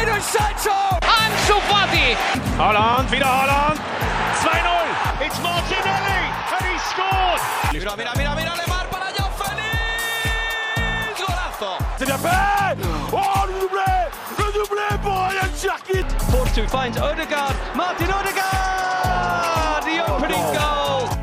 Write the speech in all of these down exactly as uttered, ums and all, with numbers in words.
Jadon Sancho! Ansu Fati! Haaland, wieder Haaland! zwei null! It's Martinelli and he scored! Mira, mira, mira, mira, Lemar para Joao Félix! Golazo! C'est bien fait! Oh, le doublé! Le doublé pour Ryan Cherki! Porto finds Odegaard. Martin Odegaard! The opening goal!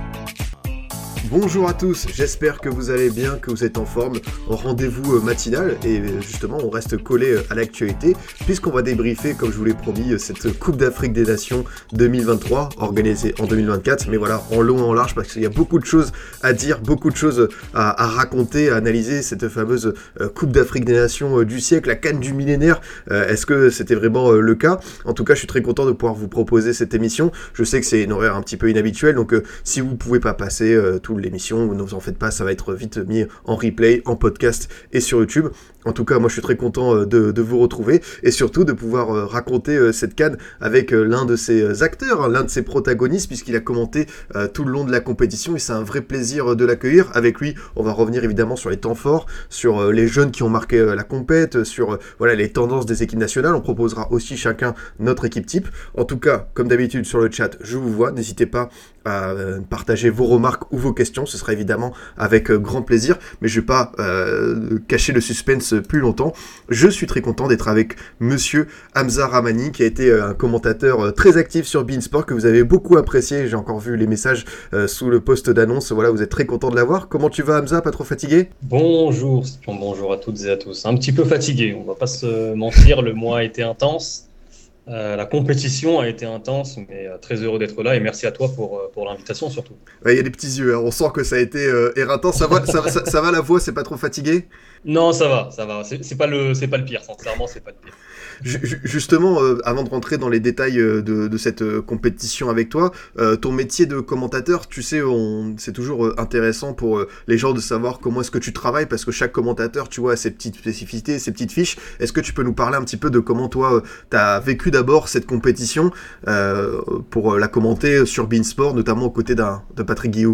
Bonjour à tous, j'espère que vous allez bien, que vous êtes en forme. Rendez-vous matinal et justement on reste collé à l'actualité puisqu'on va débriefer, comme je vous l'ai promis, cette Coupe d'Afrique des Nations deux mille vingt-trois organisée en deux mille vingt-quatre. Mais voilà, en long et en large parce qu'il y a beaucoup de choses à dire, beaucoup de choses à, à raconter, à analyser cette fameuse Coupe d'Afrique des Nations du siècle, la C A N du millénaire. Est-ce que c'était vraiment le cas ? En tout cas, je suis très content de pouvoir vous proposer cette émission. Je sais que c'est une horaire un petit peu inhabituelle, donc si vous ne pouvez pas passer tout l'émission, ne vous en faites pas, ça va être vite mis en replay, en podcast et sur YouTube. En tout cas, moi je suis très content de, de vous retrouver et surtout de pouvoir raconter cette C A N avec l'un de ses acteurs, l'un de ses protagonistes, puisqu'il a commenté tout le long de la compétition et c'est un vrai plaisir de l'accueillir. Avec lui, on va revenir évidemment sur les temps forts, sur les jeunes qui ont marqué la compète, sur voilà, les tendances des équipes nationales. On proposera aussi chacun notre équipe type. En tout cas, comme d'habitude sur le chat, je vous vois, n'hésitez pas à partager vos remarques ou vos questions, ce sera évidemment avec grand plaisir, mais je ne vais pas euh, cacher le suspense plus longtemps. Je suis très content d'être avec monsieur Hamza Rahmani, qui a été un commentateur très actif sur beIN Sport, que vous avez beaucoup apprécié, j'ai encore vu les messages euh, sous le post d'annonce, voilà, vous êtes très content de l'avoir. Comment tu vas Hamza, pas trop fatigué ? Bonjour, bonjour à toutes et à tous, un petit peu fatigué, on va pas se mentir, le mois a été intense. Euh, la compétition a été intense, mais euh, très heureux d'être là et merci à toi pour, euh, pour l'invitation surtout. Il ouais, y a des petits yeux, hein. On sent que ça a été euh, éreintant. Ça va, ça, ça, ça va la voix, c'est pas trop fatigué ? Non, ça va, ça va. C'est, c'est, pas le, c'est pas le pire, sincèrement, c'est pas le pire. Justement, euh, avant de rentrer dans les détails de, de cette euh, compétition avec toi, euh, ton métier de commentateur, tu sais, on, c'est toujours euh, intéressant pour euh, les gens de savoir comment est-ce que tu travailles, parce que chaque commentateur, tu vois, a ses petites spécificités, ses petites fiches. Est-ce que tu peux nous parler un petit peu de comment toi, euh, tu as vécu d'abord cette compétition euh, pour euh, la commenter sur beIN Sport, notamment aux côtés d'un, de Patrick Guillou ?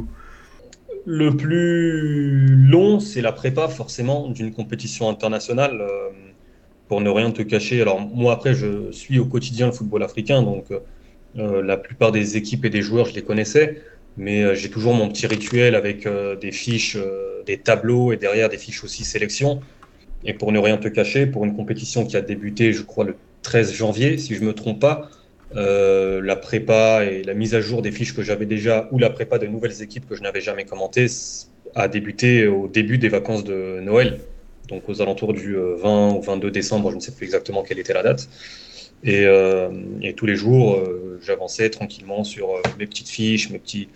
Le plus long, c'est la prépa, forcément, d'une compétition internationale. Euh... Pour ne rien te cacher, alors moi après je suis au quotidien le football africain, donc euh, la plupart des équipes et des joueurs je les connaissais, mais euh, j'ai toujours mon petit rituel avec euh, des fiches, euh, des tableaux et derrière des fiches aussi sélection. Et pour ne rien te cacher, pour une compétition qui a débuté je crois le treize janvier, si je ne me trompe pas, euh, la prépa et la mise à jour des fiches que j'avais déjà ou la prépa de nouvelles équipes que je n'avais jamais commentées a débuté au début des vacances de Noël. Donc aux alentours du vingt ou vingt-deux décembre, je ne sais plus exactement quelle était la date. Et, euh, et tous les jours, euh, j'avançais tranquillement sur euh, mes petites fiches, mes, petits,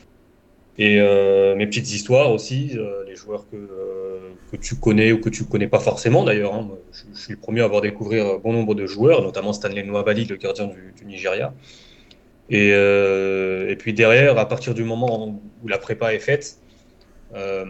et, euh, mes petites histoires aussi, euh, les joueurs que, euh, que tu connais ou que tu ne connais pas forcément d'ailleurs. Hein. Je, je suis le premier à avoir découvert bon nombre de joueurs, notamment Stanley Nwabali, le gardien du, du Nigeria. Et, euh, et puis derrière, à partir du moment où la prépa est faite, euh,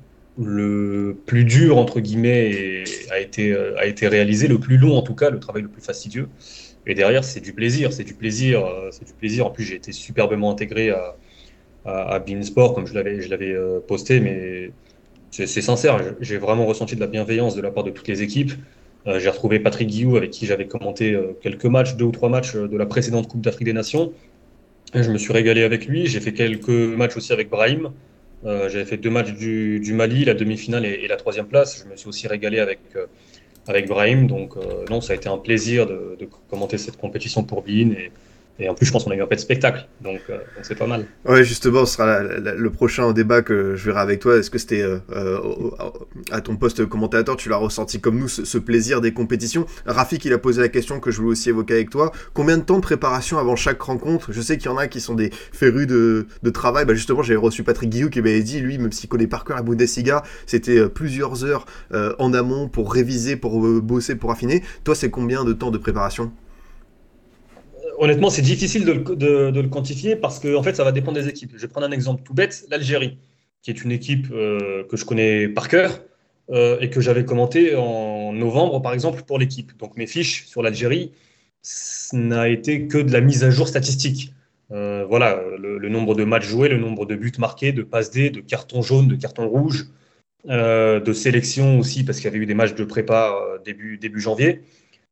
le plus dur, entre guillemets, a été, a été réalisé, le plus long en tout cas, le travail le plus fastidieux. Et derrière, c'est du plaisir, c'est du plaisir, c'est du plaisir. En plus, j'ai été superbement intégré à, à, à beIN Sport, comme je l'avais, je l'avais posté, mais c'est, c'est sincère, j'ai vraiment ressenti de la bienveillance de la part de toutes les équipes. Euh, j'ai retrouvé Patrick Guillou, avec qui j'avais commenté quelques matchs, deux ou trois matchs de la précédente Coupe d'Afrique des Nations. Et je me suis régalé avec lui, j'ai fait quelques matchs aussi avec Brahim. Euh, j'avais fait deux matchs du, du Mali, la demi-finale et, et la troisième place. Je me suis aussi régalé avec, euh, avec Brahim. Donc, euh, non, ça a été un plaisir de, de commenter cette compétition pour beIN. Et, et en plus, je pense qu'on a eu un peu de spectacle. Donc, euh, donc c'est pas mal. Ouais, justement, ce sera la, la, le prochain débat que je verrai avec toi. Est-ce que c'était euh, euh, à ton poste commentateur, tu l'as ressenti comme nous, ce, ce plaisir des compétitions ? Rafik, il a posé la question que je voulais aussi évoquer avec toi. Combien de temps de préparation avant chaque rencontre ? Je sais qu'il y en a qui sont des férus de, de travail. Bah justement, j'avais reçu Patrick Guillou qui m'avait dit, lui, même s'il connaît par cœur la Bundesliga, c'était euh, plusieurs heures euh, en amont pour réviser, pour euh, bosser, pour affiner. Toi, c'est combien de temps de préparation ? Honnêtement, c'est difficile de le, de, de le quantifier parce que en fait, ça va dépendre des équipes. Je vais prendre un exemple tout bête, l'Algérie, qui est une équipe euh, que je connais par cœur euh, et que j'avais commenté en novembre, par exemple, pour l'équipe. Donc mes fiches sur l'Algérie, ça n'a été que de la mise à jour statistique. Euh, voilà, le, le nombre de matchs joués, le nombre de buts marqués, de passes D, de cartons jaunes, de cartons rouges, euh, de sélection aussi, parce qu'il y avait eu des matchs de prépa euh, début, début janvier.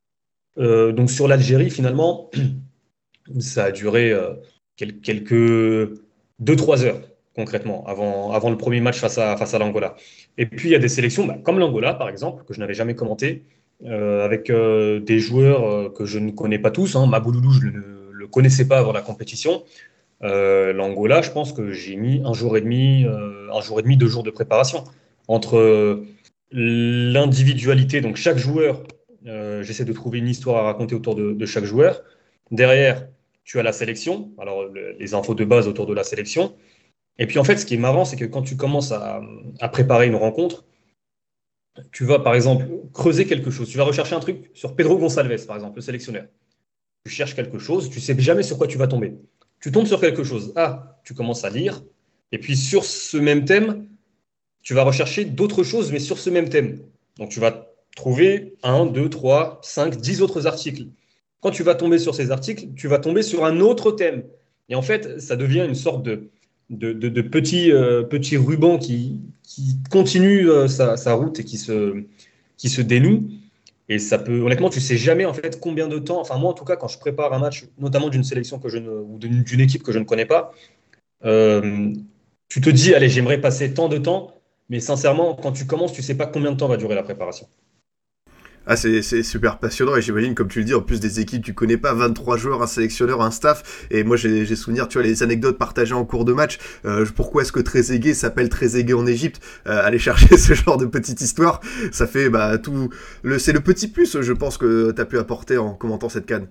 Euh, donc sur l'Algérie, finalement, ça a duré euh, quel- quelques deux trois heures, concrètement, avant, avant le premier match face à, face à l'Angola. Et puis, il y a des sélections, bah, comme l'Angola, par exemple, que je n'avais jamais commenté, euh, avec euh, des joueurs euh, que je ne connais pas tous. Hein. Mabouloulou, je ne le connaissais pas avant la compétition. Euh, L'Angola, je pense que j'ai mis un jour et demi, euh, un jour et demi, deux jours de préparation. Entre euh, l'individualité, donc chaque joueur, euh, j'essaie de trouver une histoire à raconter autour de, de chaque joueur. Derrière, tu as la sélection, alors le- les infos de base autour de la sélection. Et puis en fait, ce qui est marrant, c'est que quand tu commences à, à préparer une rencontre, tu vas par exemple creuser quelque chose. Tu vas rechercher un truc sur Pedro Gonçalves, par exemple, le sélectionneur. Tu cherches quelque chose, tu sais jamais sur quoi tu vas tomber. Tu tombes sur quelque chose. Ah, tu commences à lire. Et puis sur ce même thème, tu vas rechercher d'autres choses, mais sur ce même thème. Donc tu vas trouver un, deux, trois, cinq, dix autres articles. Quand tu vas tomber sur ces articles, tu vas tomber sur un autre thème. Et en fait, ça devient une sorte de, de, de, de petit, euh, petit ruban qui, qui continue euh, sa, sa route et qui se, qui se dénoue. Et ça peut, honnêtement, tu sais jamais en fait combien de temps. Enfin, moi en tout cas, quand je prépare un match, notamment d'une sélection que je ne, ou d'une d'une équipe que je ne connais pas, euh, tu te dis, allez, j'aimerais passer tant de temps, mais sincèrement, quand tu commences, tu sais pas combien de temps va durer la préparation. Ah, c'est, c'est super passionnant et j'imagine, comme tu le dis, en plus des équipes tu connais pas, vingt-trois joueurs, un sélectionneur, un staff. Et moi, j'ai, j'ai souvenir, tu vois, les anecdotes partagées en cours de match. Euh, pourquoi est-ce que Trezeguet s'appelle Trezeguet en Égypte? euh, Aller chercher ce genre de petite histoire, ça fait bah tout. Le, c'est le petit plus, je pense, que t'as pu apporter en commentant cette CAN.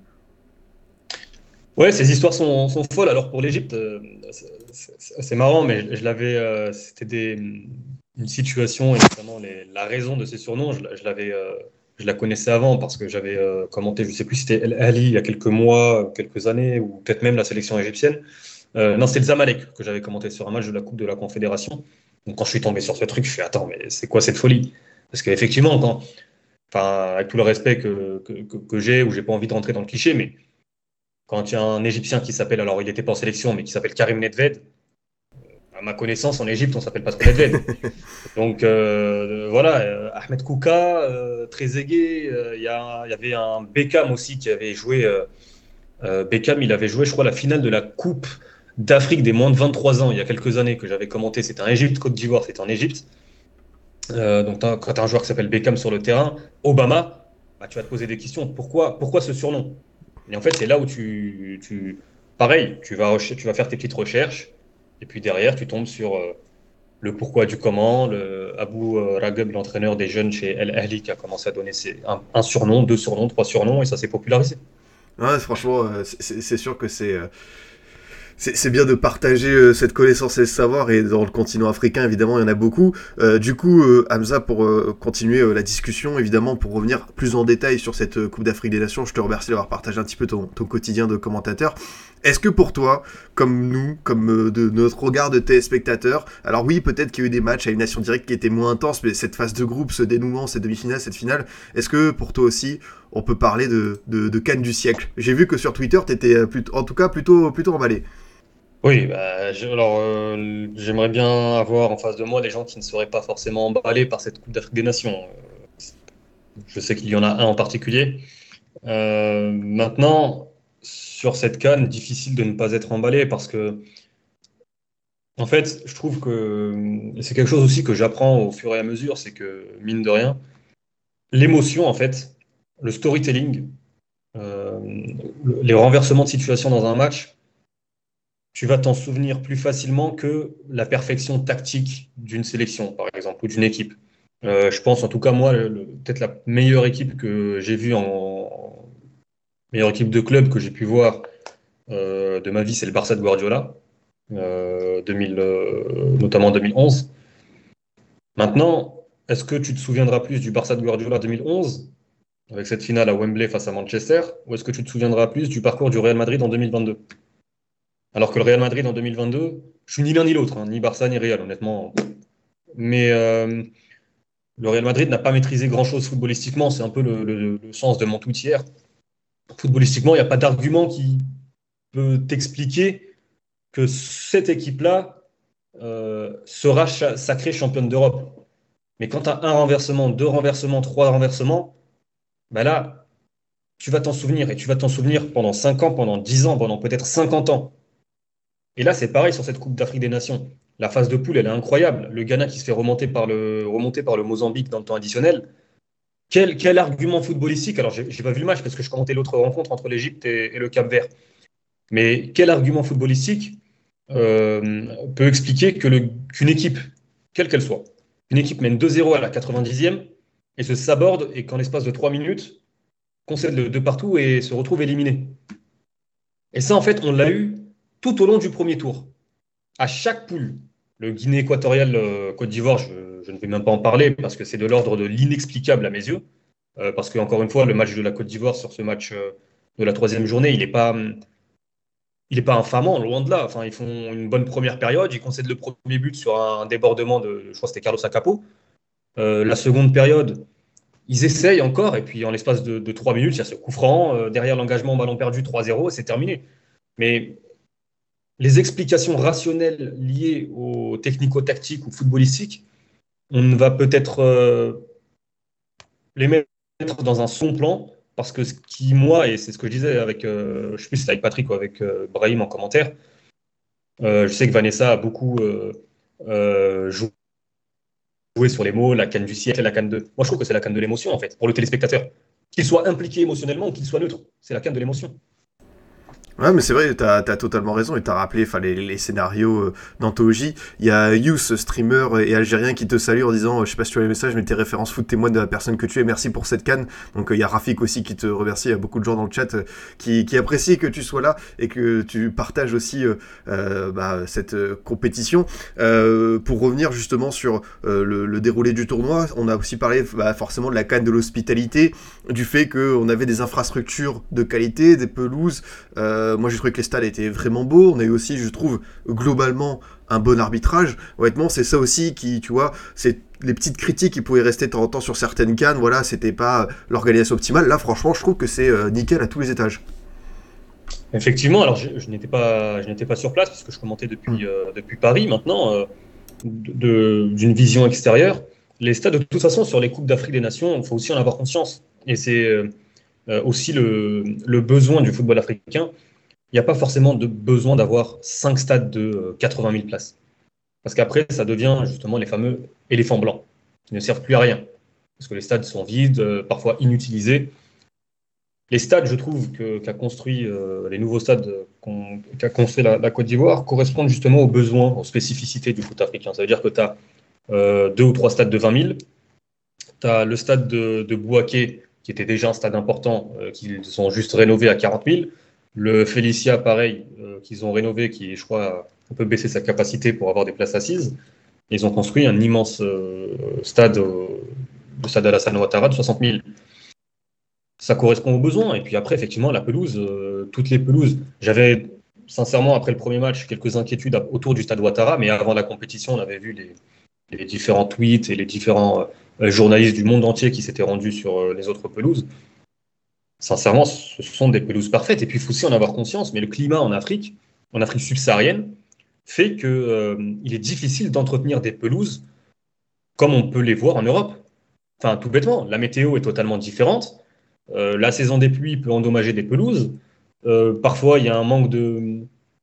Ouais, ces histoires sont, sont folles. Alors pour l'Égypte, euh, c'est c'est- c'est marrant, mais je, je l'avais, euh, c'était des, une situation, et notamment les- la raison de ces surnoms, je, la- je l'avais, euh, je la connaissais avant parce que j'avais euh, commenté, je sais plus si c'était El Ali il y a quelques mois, quelques années, ou peut-être même la sélection égyptienne. Euh, non, c'était le Zamalek que j'avais commenté sur un match de la Coupe de la Confédération. Donc quand je suis tombé sur ce truc, je suis attends, mais c'est quoi cette folie? Parce qu'effectivement, quand, enfin, avec tout le respect que, que, que, que j'ai, ou j'ai pas envie de rentrer dans le cliché, mais quand il y a un Égyptien qui s'appelle, alors il n'était pas en sélection, mais qui s'appelle Karim Nedved, à ma connaissance, en Égypte, on ne s'appelle pas trop Nedved. Donc euh, voilà, euh, Ahmed Kouka, euh, Trezeguet, euh, il y, a- il y avait un Beckham aussi qui avait joué. Euh, euh, Beckham, il avait joué, je crois, la finale de la Coupe d'Afrique des moins de vingt-trois ans il y a quelques années que j'avais commenté. C'était en Égypte, Côte d'Ivoire, c'était en Égypte. Euh, donc t'as- quand tu as un joueur qui s'appelle Beckham sur le terrain, Obama, bah, tu vas te poser des questions. Pourquoi, pourquoi ce surnom? Et en fait, c'est là où tu, tu pareil, tu vas, recher- tu vas faire tes petites recherches, et puis derrière, tu tombes sur euh, le pourquoi du comment. Le Abou euh, Rageb, l'entraîneur des jeunes chez El Ahly, qui a commencé à donner ses, un, un surnom, deux surnoms, trois surnoms, et ça s'est popularisé. Ouais, franchement, euh, c'est, c'est sûr que c'est. euh, C'est c'est bien de partager euh, cette connaissance et ce savoir, et dans le continent africain, évidemment, il y en a beaucoup. Euh, du coup, euh, Hamza, pour euh, continuer euh, la discussion, évidemment, pour revenir plus en détail sur cette euh, Coupe d'Afrique des Nations, je te remercie d'avoir partagé un petit peu ton, ton quotidien de commentateur. Est-ce que pour toi, comme nous, comme euh, de notre regard de téléspectateurs, alors oui, peut-être qu'il y a eu des matchs à une nation directe qui étaient moins intenses, mais cette phase de groupe, ce dénouement, cette demi-finale, cette finale, est-ce que pour toi aussi, on peut parler de, de, de Cannes du siècle? J'ai vu que sur Twitter, t'étais euh, plutôt, en tout cas plutôt, plutôt emballé. Oui, bah, je- alors euh, j'aimerais bien avoir en face de moi des gens qui ne seraient pas forcément emballés par cette Coupe d'Afrique des Nations. Euh, Je sais qu'il y en a un en particulier. Euh, maintenant, sur cette CAN, difficile de ne pas être emballé parce que, en fait, je trouve que et c'est quelque chose aussi que j'apprends au fur et à mesure, c'est que, mine de rien, l'émotion, en fait, le storytelling, euh, le- les renversements de situation dans un match, tu vas t'en souvenir plus facilement que la perfection tactique d'une sélection, par exemple, ou d'une équipe. Euh, je pense, en tout cas, moi, le- le- peut-être la meilleure équipe que j'ai vue en meilleure équipe de club que j'ai pu voir euh, de ma vie, c'est le Barça de Guardiola, euh, deux mille, euh, notamment deux mille onze. Maintenant, est-ce que tu te souviendras plus du Barça de Guardiola deux mille onze, avec cette finale à Wembley face à Manchester, ou est-ce que tu te souviendras plus du parcours du Real Madrid en deux mille vingt-deux? Alors que le Real Madrid en deux mille vingt-deux, je suis ni l'un ni l'autre, hein, ni Barça ni Real, honnêtement. Mais euh, le Real Madrid n'a pas maîtrisé grand-chose footballistiquement, c'est un peu le, le- le sens de mon tweet hier. Footballistiquement, il n'y a pas d'argument qui peut t'expliquer que cette équipe-là euh, sera cha- sacrée championne d'Europe. Mais quand tu as un renversement, deux renversements, trois renversements, bah là, tu vas t'en souvenir. Et tu vas t'en souvenir pendant cinq ans, pendant dix ans, pendant peut-être cinquante ans. Et là, c'est pareil sur cette Coupe d'Afrique des Nations. La phase de poule, elle est incroyable. Le Ghana qui se fait remonter par le, remonter par le Mozambique dans le temps additionnel. Quel, quel argument footballistique. Alors, j'ai, j'ai pas vu le match parce que je commentais l'autre rencontre entre l'Égypte et, et le Cap-Vert. Mais quel argument footballistique euh, peut expliquer que le, qu'une équipe, quelle qu'elle soit, une équipe mène deux zéro à la quatre-vingt-dixième et se saborde et qu'en l'espace de trois minutes, concède le de partout et se retrouve éliminé. Et ça, en fait, on l'a eu tout au long du premier tour. À chaque poule, le Guinée équatoriale, euh, Côte d'Ivoire, je, je ne vais même pas en parler parce que c'est de l'ordre de l'inexplicable à mes yeux. Euh, parce qu'encore une fois, le match de la Côte d'Ivoire sur ce match euh, de la troisième journée, il n'est pas, il est pas infamant, loin de là. Enfin, ils font une bonne première période, ils concèdent le premier but sur un débordement de, je crois que c'était Carlos Acapo. Euh, la seconde période, ils essayent encore, et puis en l'espace de, de trois minutes, il y a ce coup franc, euh, derrière l'engagement, ballon perdu, trois zéro, c'est terminé. Mais les explications rationnelles liées aux technico-tactiques ou footballistiques, on va peut-être euh, les mettre dans un second plan, parce que ce qui, moi, et c'est ce que je disais avec, euh, je sais plus si c'était avec Patrick ou avec euh, Brahim en commentaire, euh, je sais que Vanessa a beaucoup euh, euh, joué sur les mots, la canne du siècle, la canne de... Moi, je trouve que c'est la canne de l'émotion, en fait, pour le téléspectateur. Qu'il soit impliqué émotionnellement ou qu'il soit neutre, c'est la canne de l'émotion. Ouais, mais c'est vrai, t'as, as totalement raison, et t'as rappelé les, les scénarios euh, d'anthologie. Il y a Youss, streamer et algérien, qui te salue en disant, euh, je sais pas si tu as les messages, mais tes références foot témoignent de la personne que tu es, merci pour cette canne. Donc il euh, y a Rafik aussi qui te remercie, il y a beaucoup de gens dans le chat euh, qui, qui apprécient que tu sois là et que tu partages aussi euh, euh, bah, cette euh, compétition. Euh, pour revenir justement sur euh, le, le déroulé du tournoi, on a aussi parlé bah, forcément de la canne de l'hospitalité, du fait qu'on avait des infrastructures de qualité, des pelouses, euh, moi j'ai trouvé que les stades étaient vraiment beaux, on a eu aussi, je trouve, globalement un bon arbitrage. Honnêtement, c'est ça aussi qui, tu vois, c'est les petites critiques qui pouvaient rester de temps en temps sur certaines cannes, voilà, c'était pas l'organisation optimale. Là, franchement, je trouve que c'est euh, nickel à tous les étages. Effectivement, alors je, je, n'étais pas, je n'étais pas sur place parce que je commentais depuis, euh, depuis Paris maintenant, euh, de, de, d'une vision extérieure. Les stades, de toute façon, sur les Coupes d'Afrique des Nations, il faut aussi en avoir conscience. Et c'est euh, aussi le, le besoin du football africain. Il n'y a pas forcément de besoin d'avoir cinq stades de quatre-vingt mille places. Parce qu'après, ça devient justement les fameux éléphants blancs, qui ne servent plus à rien. Parce que les stades sont vides, euh, parfois inutilisés. Les stades, je trouve, que, qu'a construit, euh, les nouveaux stades qu'on, qu'a construit la, la Côte d'Ivoire correspondent justement aux besoins, aux spécificités du foot africain. Ça veut dire que tu as euh, deux ou trois stades de vingt mille. Tu as le stade de, de Bouaké, qui était déjà un stade important, euh, qu'ils ont juste rénové à quarante mille. Le Félicia, pareil, euh, qu'ils ont rénové, qui, je crois, on peut baisser sa capacité pour avoir des places assises. Ils ont construit un immense euh, stade, euh, le stade Alassane Ouattara de soixante mille. Ça correspond aux besoins. Et puis après, effectivement, la pelouse, euh, toutes les pelouses. J'avais, sincèrement, après le premier match, quelques inquiétudes autour du stade Ouattara, mais avant la compétition, on avait vu les, les différents tweets et les différents euh, journalistes du monde entier qui s'étaient rendus sur euh, les autres pelouses. Sincèrement, ce sont des pelouses parfaites. Et puis, il faut aussi en avoir conscience. Mais le climat en Afrique, en Afrique subsaharienne, fait qu'il euh, est difficile d'entretenir des pelouses comme on peut les voir en Europe. Enfin, tout bêtement, la météo est totalement différente. Euh, la saison des pluies peut endommager des pelouses. Euh, parfois, il y a un manque de...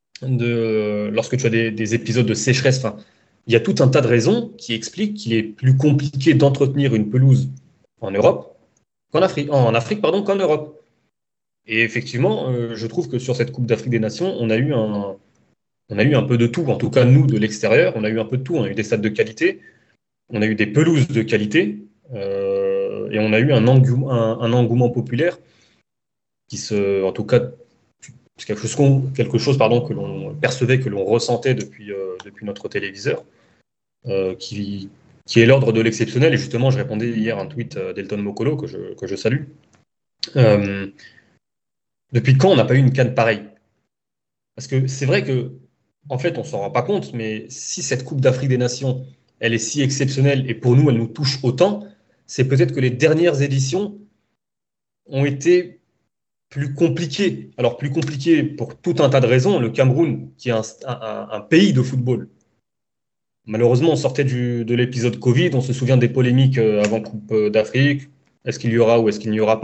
de lorsque tu as des, des épisodes de sécheresse, enfin, il y a tout un tas de raisons qui expliquent qu'il est plus compliqué d'entretenir une pelouse en Europe qu'en Afrique, en Afrique pardon, qu'en Europe. Et effectivement, euh, je trouve que sur cette Coupe d'Afrique des Nations, on a eu un, on a eu un peu de tout. En tout cas, nous, de l'extérieur, on a eu un peu de tout. On a eu des stades de qualité, on a eu des pelouses de qualité, euh, et on a eu un, engou- un, un engouement populaire qui se, en tout cas, c'est quelque chose, qu'on, quelque chose pardon, que l'on percevait, que l'on ressentait depuis, euh, depuis notre téléviseur, euh, qui, qui est l'ordre de l'exceptionnel. Et justement, je répondais hier à un tweet d'Elton Mokolo, que je, que je salue. Euh, depuis quand on n'a pas eu une canne pareille ? Parce que c'est vrai que, en fait, on ne s'en rend pas compte, mais si cette Coupe d'Afrique des Nations, elle est si exceptionnelle et pour nous, elle nous touche autant, c'est peut-être que les dernières éditions ont été plus compliquées. Alors, plus compliquées pour tout un tas de raisons. Le Cameroun, qui est un, un, un pays de football. Malheureusement, on sortait du, de l'épisode Covid, on se souvient des polémiques avant Coupe d'Afrique. Est-ce qu'il y aura ou est-ce qu'il n'y aura pas ?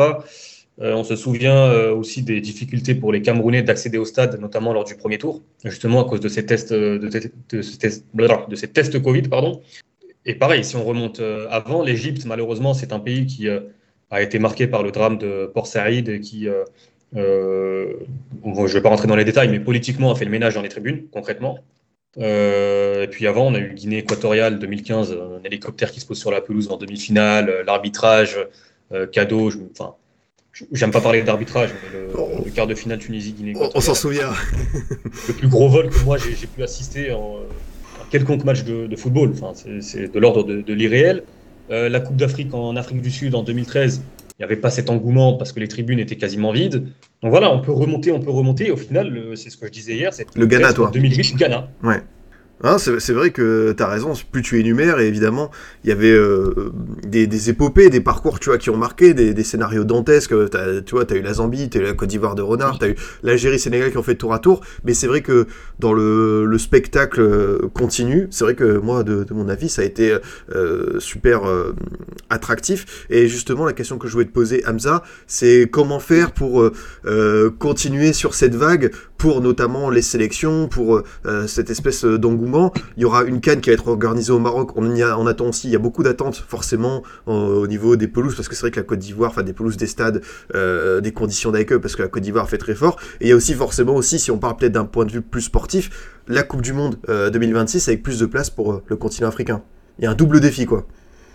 Euh, on se souvient euh, aussi des difficultés pour les Camerounais d'accéder au stade, notamment lors du premier tour, justement à cause de ces tests, de, de, de, ces, tests, de ces tests Covid. Pardon. Et pareil, si on remonte euh, avant, l'Égypte, malheureusement, c'est un pays qui euh, a été marqué par le drame de Port Saïd, et qui, euh, euh, bon, je ne vais pas rentrer dans les détails, mais politiquement a fait le ménage dans les tribunes, concrètement. Euh, et puis avant, on a eu Guinée équatoriale deux mille quinze, un hélicoptère qui se pose sur la pelouse en demi-finale, l'arbitrage, euh, cadeau, je, enfin... J'aime pas parler d'arbitrage, mais le, oh. le quart de finale Tunisie-Guinée. On s'en souvient. Le plus gros vol que moi j'ai, j'ai pu assister en, en quelconque match de, de football. Enfin, c'est, c'est de l'ordre de, de l'irréel. Euh, la Coupe d'Afrique en Afrique du Sud en deux mille treize, il n'y avait pas cet engouement parce que les tribunes étaient quasiment vides. Donc voilà, on peut remonter, on peut remonter. Et au final, le, c'est ce que je disais hier. C'est le Ghana, toi. deux mille huit, Ghana. Ouais. Hein, c'est, c'est vrai que t'as raison, plus tu énumères, et évidemment, il y avait euh, des, des épopées, des parcours, tu vois, qui ont marqué, des, des scénarios dantesques. T'as, tu vois, t'as eu la Zambie, t'as eu la Côte d'Ivoire de Renard, t'as eu l'Algérie, Sénégal qui ont fait tour à tour. Mais c'est vrai que dans le, le spectacle continu, c'est vrai que moi, de, de mon avis, ça a été euh, super euh, attractif. Et justement, la question que je voulais te poser, Hamza, c'est comment faire pour euh, continuer sur cette vague, pour notamment les sélections, pour euh, cette espèce d'engouement. Il y aura une CAN qui va être organisée au Maroc. On, y a, on attend aussi, il y a beaucoup d'attentes forcément au, au niveau des pelouses, parce que c'est vrai que la Côte d'Ivoire, enfin des pelouses, des stades, euh, des conditions d'accueil, parce que la Côte d'Ivoire fait très fort. Et il y a aussi forcément aussi, si on parle peut-être d'un point de vue plus sportif, la Coupe du Monde euh, deux mille vingt-six avec plus de place pour euh, le continent africain. Il y a un double défi, quoi.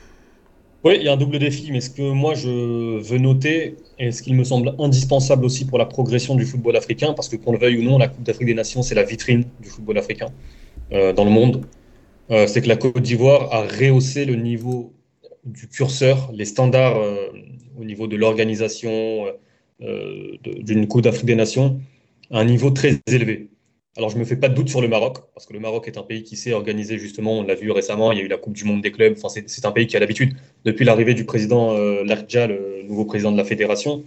Oui, il y a un double défi, mais ce que moi je veux noter, et ce qui me semble indispensable aussi pour la progression du football africain, parce que qu'on le veuille ou non, la Coupe d'Afrique des Nations, c'est la vitrine du football africain euh, dans le monde, euh, c'est que la Côte d'Ivoire a rehaussé le niveau du curseur, les standards euh, au niveau de l'organisation euh, de, d'une Coupe d'Afrique des Nations, à un niveau très élevé. Alors, je ne me fais pas de doute sur le Maroc, parce que le Maroc est un pays qui sait organiser, justement, on l'a vu récemment, il y a eu la Coupe du Monde des clubs, enfin, c'est, c'est un pays qui a l'habitude, depuis l'arrivée du président euh, Lardja, le nouveau président de la fédération,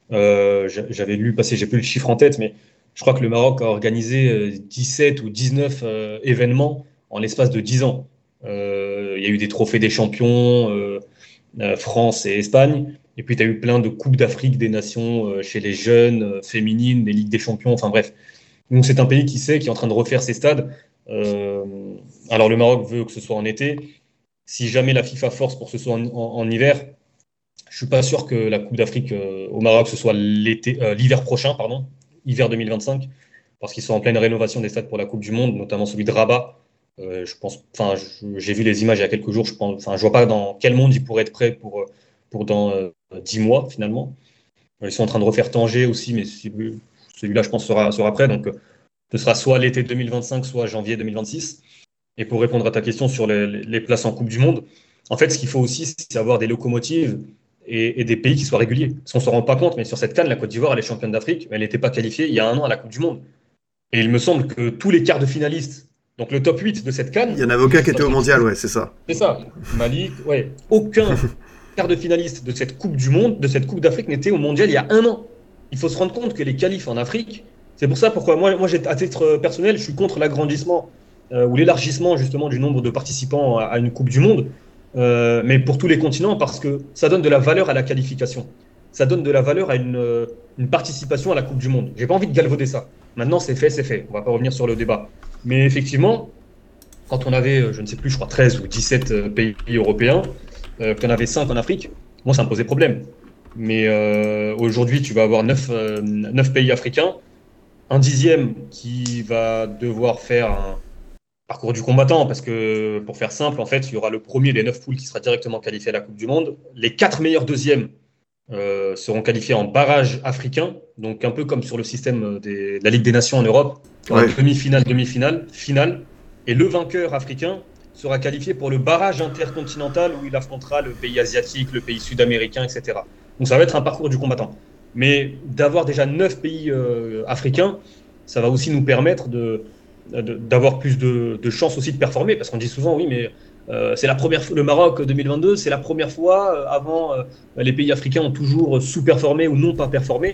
euh, j'avais lu passer, j'ai plus le chiffre en tête, mais je crois que le Maroc a organisé euh, dix-sept ou dix-neuf euh, événements en l'espace de dix ans. Euh, il y a eu des trophées des champions, euh, euh, France et Espagne, et puis tu as eu plein de Coupes d'Afrique des Nations euh, chez les jeunes, euh, féminines, des Ligues des champions, enfin bref. Donc c'est un pays qui sait, qui est en train de refaire ses stades. Euh, alors le Maroc veut que ce soit en été. Si jamais la FIFA force pour que ce soit en, en, en hiver, je ne suis pas sûr que la Coupe d'Afrique euh, au Maroc, ce soit l'été, euh, l'hiver prochain, pardon, hiver deux mille vingt-cinq, parce qu'ils sont en pleine rénovation des stades pour la Coupe du Monde, notamment celui de Rabat. Euh, je pense, enfin, j'ai vu les images il y a quelques jours. Je pense, enfin, je vois pas dans quel monde ils pourraient être prêts pour pour dans euh, dix mois finalement. Ils sont en train de refaire Tanger aussi, mais si, celui-là, je pense, sera, sera prêt. Donc, ce sera soit l'été deux mille vingt-cinq, soit janvier deux mille vingt-six. Et pour répondre à ta question sur les, les places en Coupe du Monde, en fait, ce qu'il faut aussi, c'est avoir des locomotives et, et des pays qui soient réguliers. Parce qu'on ne se rend pas compte, mais sur cette CAN, la Côte d'Ivoire, elle est championne d'Afrique, mais elle n'était pas qualifiée il y a un an à la Coupe du Monde. Et il me semble que tous les quarts de finalistes, donc le top huit de cette CAN... Il y en avait aucun qui était au mondial, ouais, c'est ça. C'est ça. Mali, ouais. Aucun quart de finaliste de cette Coupe du Monde, de cette Coupe d'Afrique, n'était au mondial il y a un an. Il faut se rendre compte que les qualifs en Afrique, c'est pour ça pourquoi moi, moi j'ai, à titre personnel, je suis contre l'agrandissement euh, ou l'élargissement justement du nombre de participants à, à une Coupe du Monde, euh, mais pour tous les continents, parce que ça donne de la valeur à la qualification. Ça donne de la valeur à une, euh, une participation à la Coupe du Monde. J'ai pas envie de galvauder ça. Maintenant, c'est fait, c'est fait. On va pas revenir sur le débat. Mais effectivement, quand on avait, je ne sais plus, je crois treize ou dix-sept pays européens, euh, qu'il y en avait cinq en Afrique, moi, ça me posait problème. Mais euh, aujourd'hui, tu vas avoir neuf pays africains, un dixième qui va devoir faire un parcours du combattant, parce que, pour faire simple, en fait, il y aura le premier des neuf poules qui sera directement qualifié à la Coupe du Monde. Les quatre meilleurs deuxièmes euh, seront qualifiés en barrage africain, donc un peu comme sur le système des, de la Ligue des Nations en Europe. Il y aura ouais. demi-finale, demi-finale, finale, et le vainqueur africain sera qualifié pour le barrage intercontinental où il affrontera le pays asiatique, le pays sud-américain, et cetera. Donc ça va être un parcours du combattant. Mais d'avoir déjà neuf pays euh, africains, ça va aussi nous permettre de, de, d'avoir plus de, de chances aussi de performer. Parce qu'on dit souvent, oui, mais euh, c'est la première fois, le Maroc deux mille vingt-deux, c'est la première fois, euh, avant, euh, les pays africains ont toujours sous-performé ou non pas performé.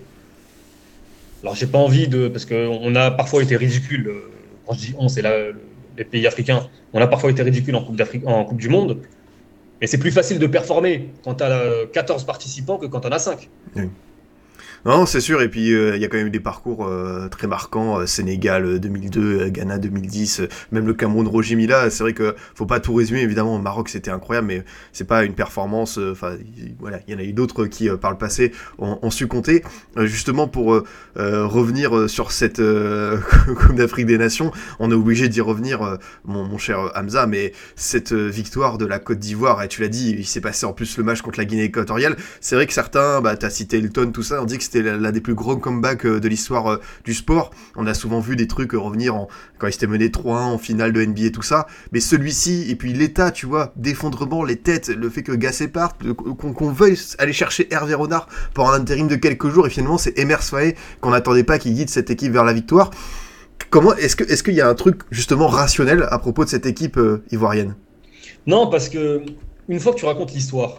Alors j'ai pas envie de... Parce qu'on a parfois été ridicule, euh, quand je dis on, c'est la, les pays africains, on a parfois été ridicule en Coupe d'Afrique, en Coupe du Monde. Mais c'est plus facile de performer quand tu as quatorze participants que quand tu en as cinq. Oui. Non, c'est sûr, et puis il euh, y a quand même des parcours euh, très marquants, euh, Sénégal euh, deux mille deux, euh, Ghana deux mille dix, euh, même le Cameroun Roger Mila, c'est vrai que faut pas tout résumer, évidemment, au Maroc c'était incroyable, mais c'est pas une performance, enfin euh, voilà, il y en a eu d'autres qui euh, par le passé ont, ont su compter. Euh, justement pour euh, euh, revenir sur cette euh, Coupe d'Afrique des Nations, on est obligé d'y revenir, euh, mon, mon cher Hamza, mais cette euh, victoire de la Côte d'Ivoire, et tu l'as dit, il s'est passé en plus le match contre la Guinée équatoriale, c'est vrai que certains, bah t'as cité Elton, tout ça, on dit que c'était l'un des plus gros comebacks de l'histoire euh, du sport. On a souvent vu des trucs euh, revenir en, quand ils s'étaient menés trois un en finale de N B A, tout ça. Mais celui-ci, et puis l'état, tu vois, d'effondrement, les têtes, le fait que Gasset parte, qu'on, qu'on veuille aller chercher Hervé Renard pour un intérim de quelques jours, et finalement c'est Emers Faé qu'on n'attendait pas qui guide cette équipe vers la victoire. Comment, est-ce, que, est-ce qu'il y a un truc justement rationnel à propos de cette équipe euh, ivoirienne ? Non, parce que une fois que tu racontes l'histoire,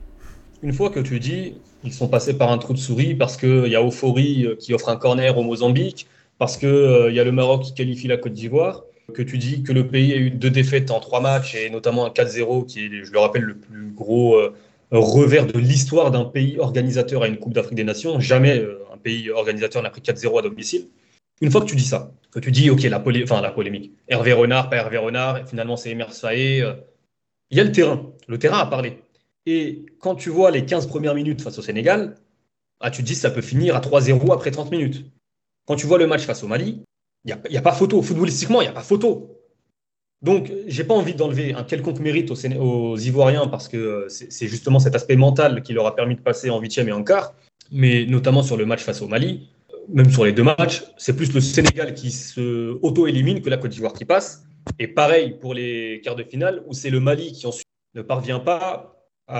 une fois que tu dis ils sont passés par un trou de souris parce qu'il y a Euphorie qui offre un corner au Mozambique, parce qu'il euh, y a le Maroc qui qualifie la Côte d'Ivoire, que tu dis que le pays a eu deux défaites en trois matchs et notamment un quatre zéro qui est, je le rappelle, le plus gros euh, revers de l'histoire d'un pays organisateur à une Coupe d'Afrique des Nations. Jamais euh, un pays organisateur n'a pris quatre zéro à domicile. Une fois que tu dis ça, que tu dis, ok, la, polé- enfin, la polémique, Hervé Renard, pas Hervé Renard, et finalement c'est Emers Faé, euh, il y a le terrain. Le terrain a parlé. Et quand tu vois les quinze premières minutes face au Sénégal, ah, tu te dis que ça peut finir à trois zéro après trente minutes. Quand tu vois le match face au Mali, il n'y a, a pas photo. Footballistiquement, il n'y a pas photo. Donc, je n'ai pas envie d'enlever un quelconque mérite aux, Séné- aux Ivoiriens parce que c'est, c'est justement cet aspect mental qui leur a permis de passer en huitième et en quart. Mais notamment sur le match face au Mali, même sur les deux matchs, c'est plus le Sénégal qui se auto-élimine que la Côte d'Ivoire qui passe. Et pareil pour les quarts de finale où c'est le Mali qui ensuite ne parvient pas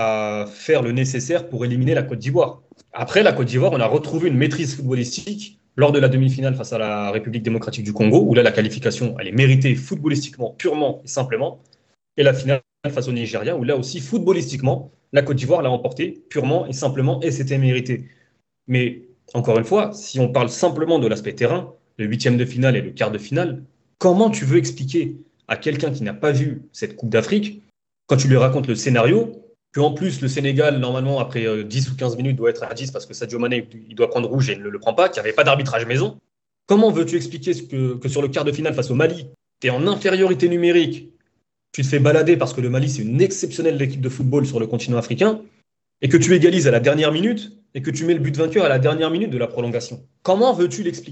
à faire le nécessaire pour éliminer la Côte d'Ivoire. Après, la Côte d'Ivoire, on a retrouvé une maîtrise footballistique lors de la demi-finale face à la République démocratique du Congo, où là, la qualification, elle est méritée footballistiquement, purement et simplement. Et la finale face au Nigeria, où là aussi, footballistiquement, la Côte d'Ivoire l'a emporté purement et simplement, et c'était mérité. Mais encore une fois, si on parle simplement de l'aspect terrain, le huitième de finale et le quart de finale, comment tu veux expliquer à quelqu'un qui n'a pas vu cette Coupe d'Afrique, quand tu lui racontes le scénario, qu'en plus le Sénégal, normalement, après dix ou quinze minutes, doit être à dix parce que Sadio Mané, il doit prendre rouge et il ne le prend pas, qu'il n'y avait pas d'arbitrage maison. Comment veux-tu expliquer ce que, que sur le quart de finale face au Mali, tu es en infériorité numérique, tu te fais balader parce que le Mali, c'est une exceptionnelle équipe de football sur le continent africain, et que tu égalises à la dernière minute, et que tu mets le but vainqueur à la dernière minute de la prolongation. Comment veux-tu l'expliquer ?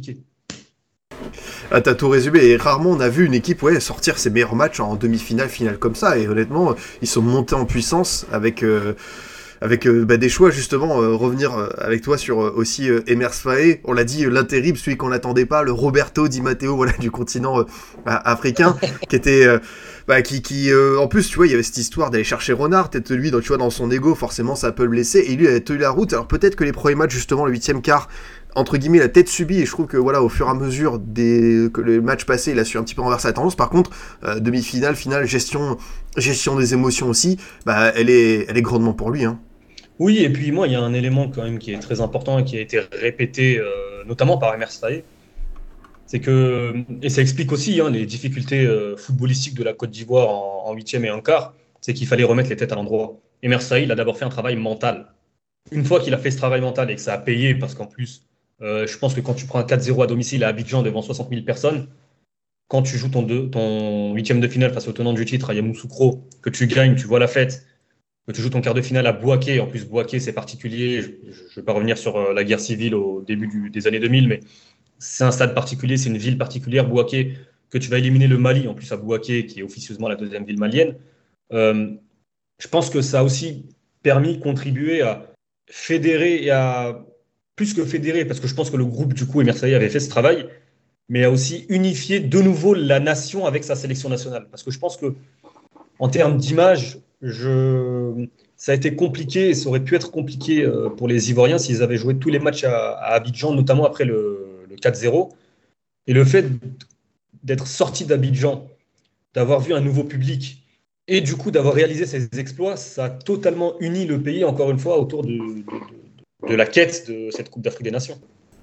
Ah, t'as tout résumé, et rarement on a vu une équipe ouais, sortir ses meilleurs matchs en demi-finale, finale comme ça, et honnêtement, ils sont montés en puissance avec, euh, avec euh, bah, des choix, justement, euh, revenir euh, avec toi sur euh, aussi euh, Emers Faé, on l'a dit, euh, l'intérim, celui qu'on n'attendait pas, le Roberto Di Matteo voilà, du continent euh, africain, qui était... Euh, Bah, qui, qui euh, en plus, tu vois, il y avait cette histoire d'aller chercher Renard, peut-être lui, donc, tu vois, dans son ego, forcément, ça peut le blesser, et lui, il a tenu la route. Alors peut-être que les premiers matchs, justement, le huitième quart, entre guillemets, la tête subie, et je trouve que, voilà, au fur et à mesure des... que le match passé, il a su un petit peu renverser la tendance. Par contre, euh, demi-finale, finale, gestion, gestion des émotions aussi, bah, elle est, elle est grandement pour lui, hein. Oui, et puis moi, il y a un élément quand même qui est très important et qui a été répété, euh, notamment par Emers Faé. C'est que, et ça explique aussi hein, les difficultés euh, footballistiques de la Côte d'Ivoire en, en huitième et en quart, c'est qu'il fallait remettre les têtes à l'endroit. Emers Faé, il a d'abord fait un travail mental. Une fois qu'il a fait ce travail mental et que ça a payé, parce qu'en plus, euh, je pense que quand tu prends un quatre zéro à domicile à Abidjan devant soixante mille personnes, quand tu joues ton, deux, ton huitième de finale face au tenant du titre, à Yamoussoukro, que tu gagnes, tu vois la fête, que tu joues ton quart de finale à Bouaké, en plus Bouaké c'est particulier, je ne vais pas revenir sur euh, la guerre civile au début du, des années deux mille, mais c'est un stade particulier, c'est une ville particulière, Bouaké, que tu vas éliminer le Mali, en plus à Bouaké, qui est officieusement la deuxième ville malienne. Euh, je pense que ça a aussi permis, contribué à fédérer et à, plus que fédérer, parce que je pense que le groupe, du coup, Emers Faé avait fait ce travail, mais a aussi unifié de nouveau la nation avec sa sélection nationale. Parce que je pense que, en termes d'image, je... ça a été compliqué, et ça aurait pu être compliqué pour les Ivoiriens s'ils avaient joué tous les matchs à, à Abidjan, notamment après le quatre zéro, et le fait d'être sorti d'Abidjan, d'avoir vu un nouveau public, et du coup d'avoir réalisé ces exploits, ça a totalement uni le pays, encore une fois, autour de, de, de, de la quête de cette Coupe d'Afrique des Nations.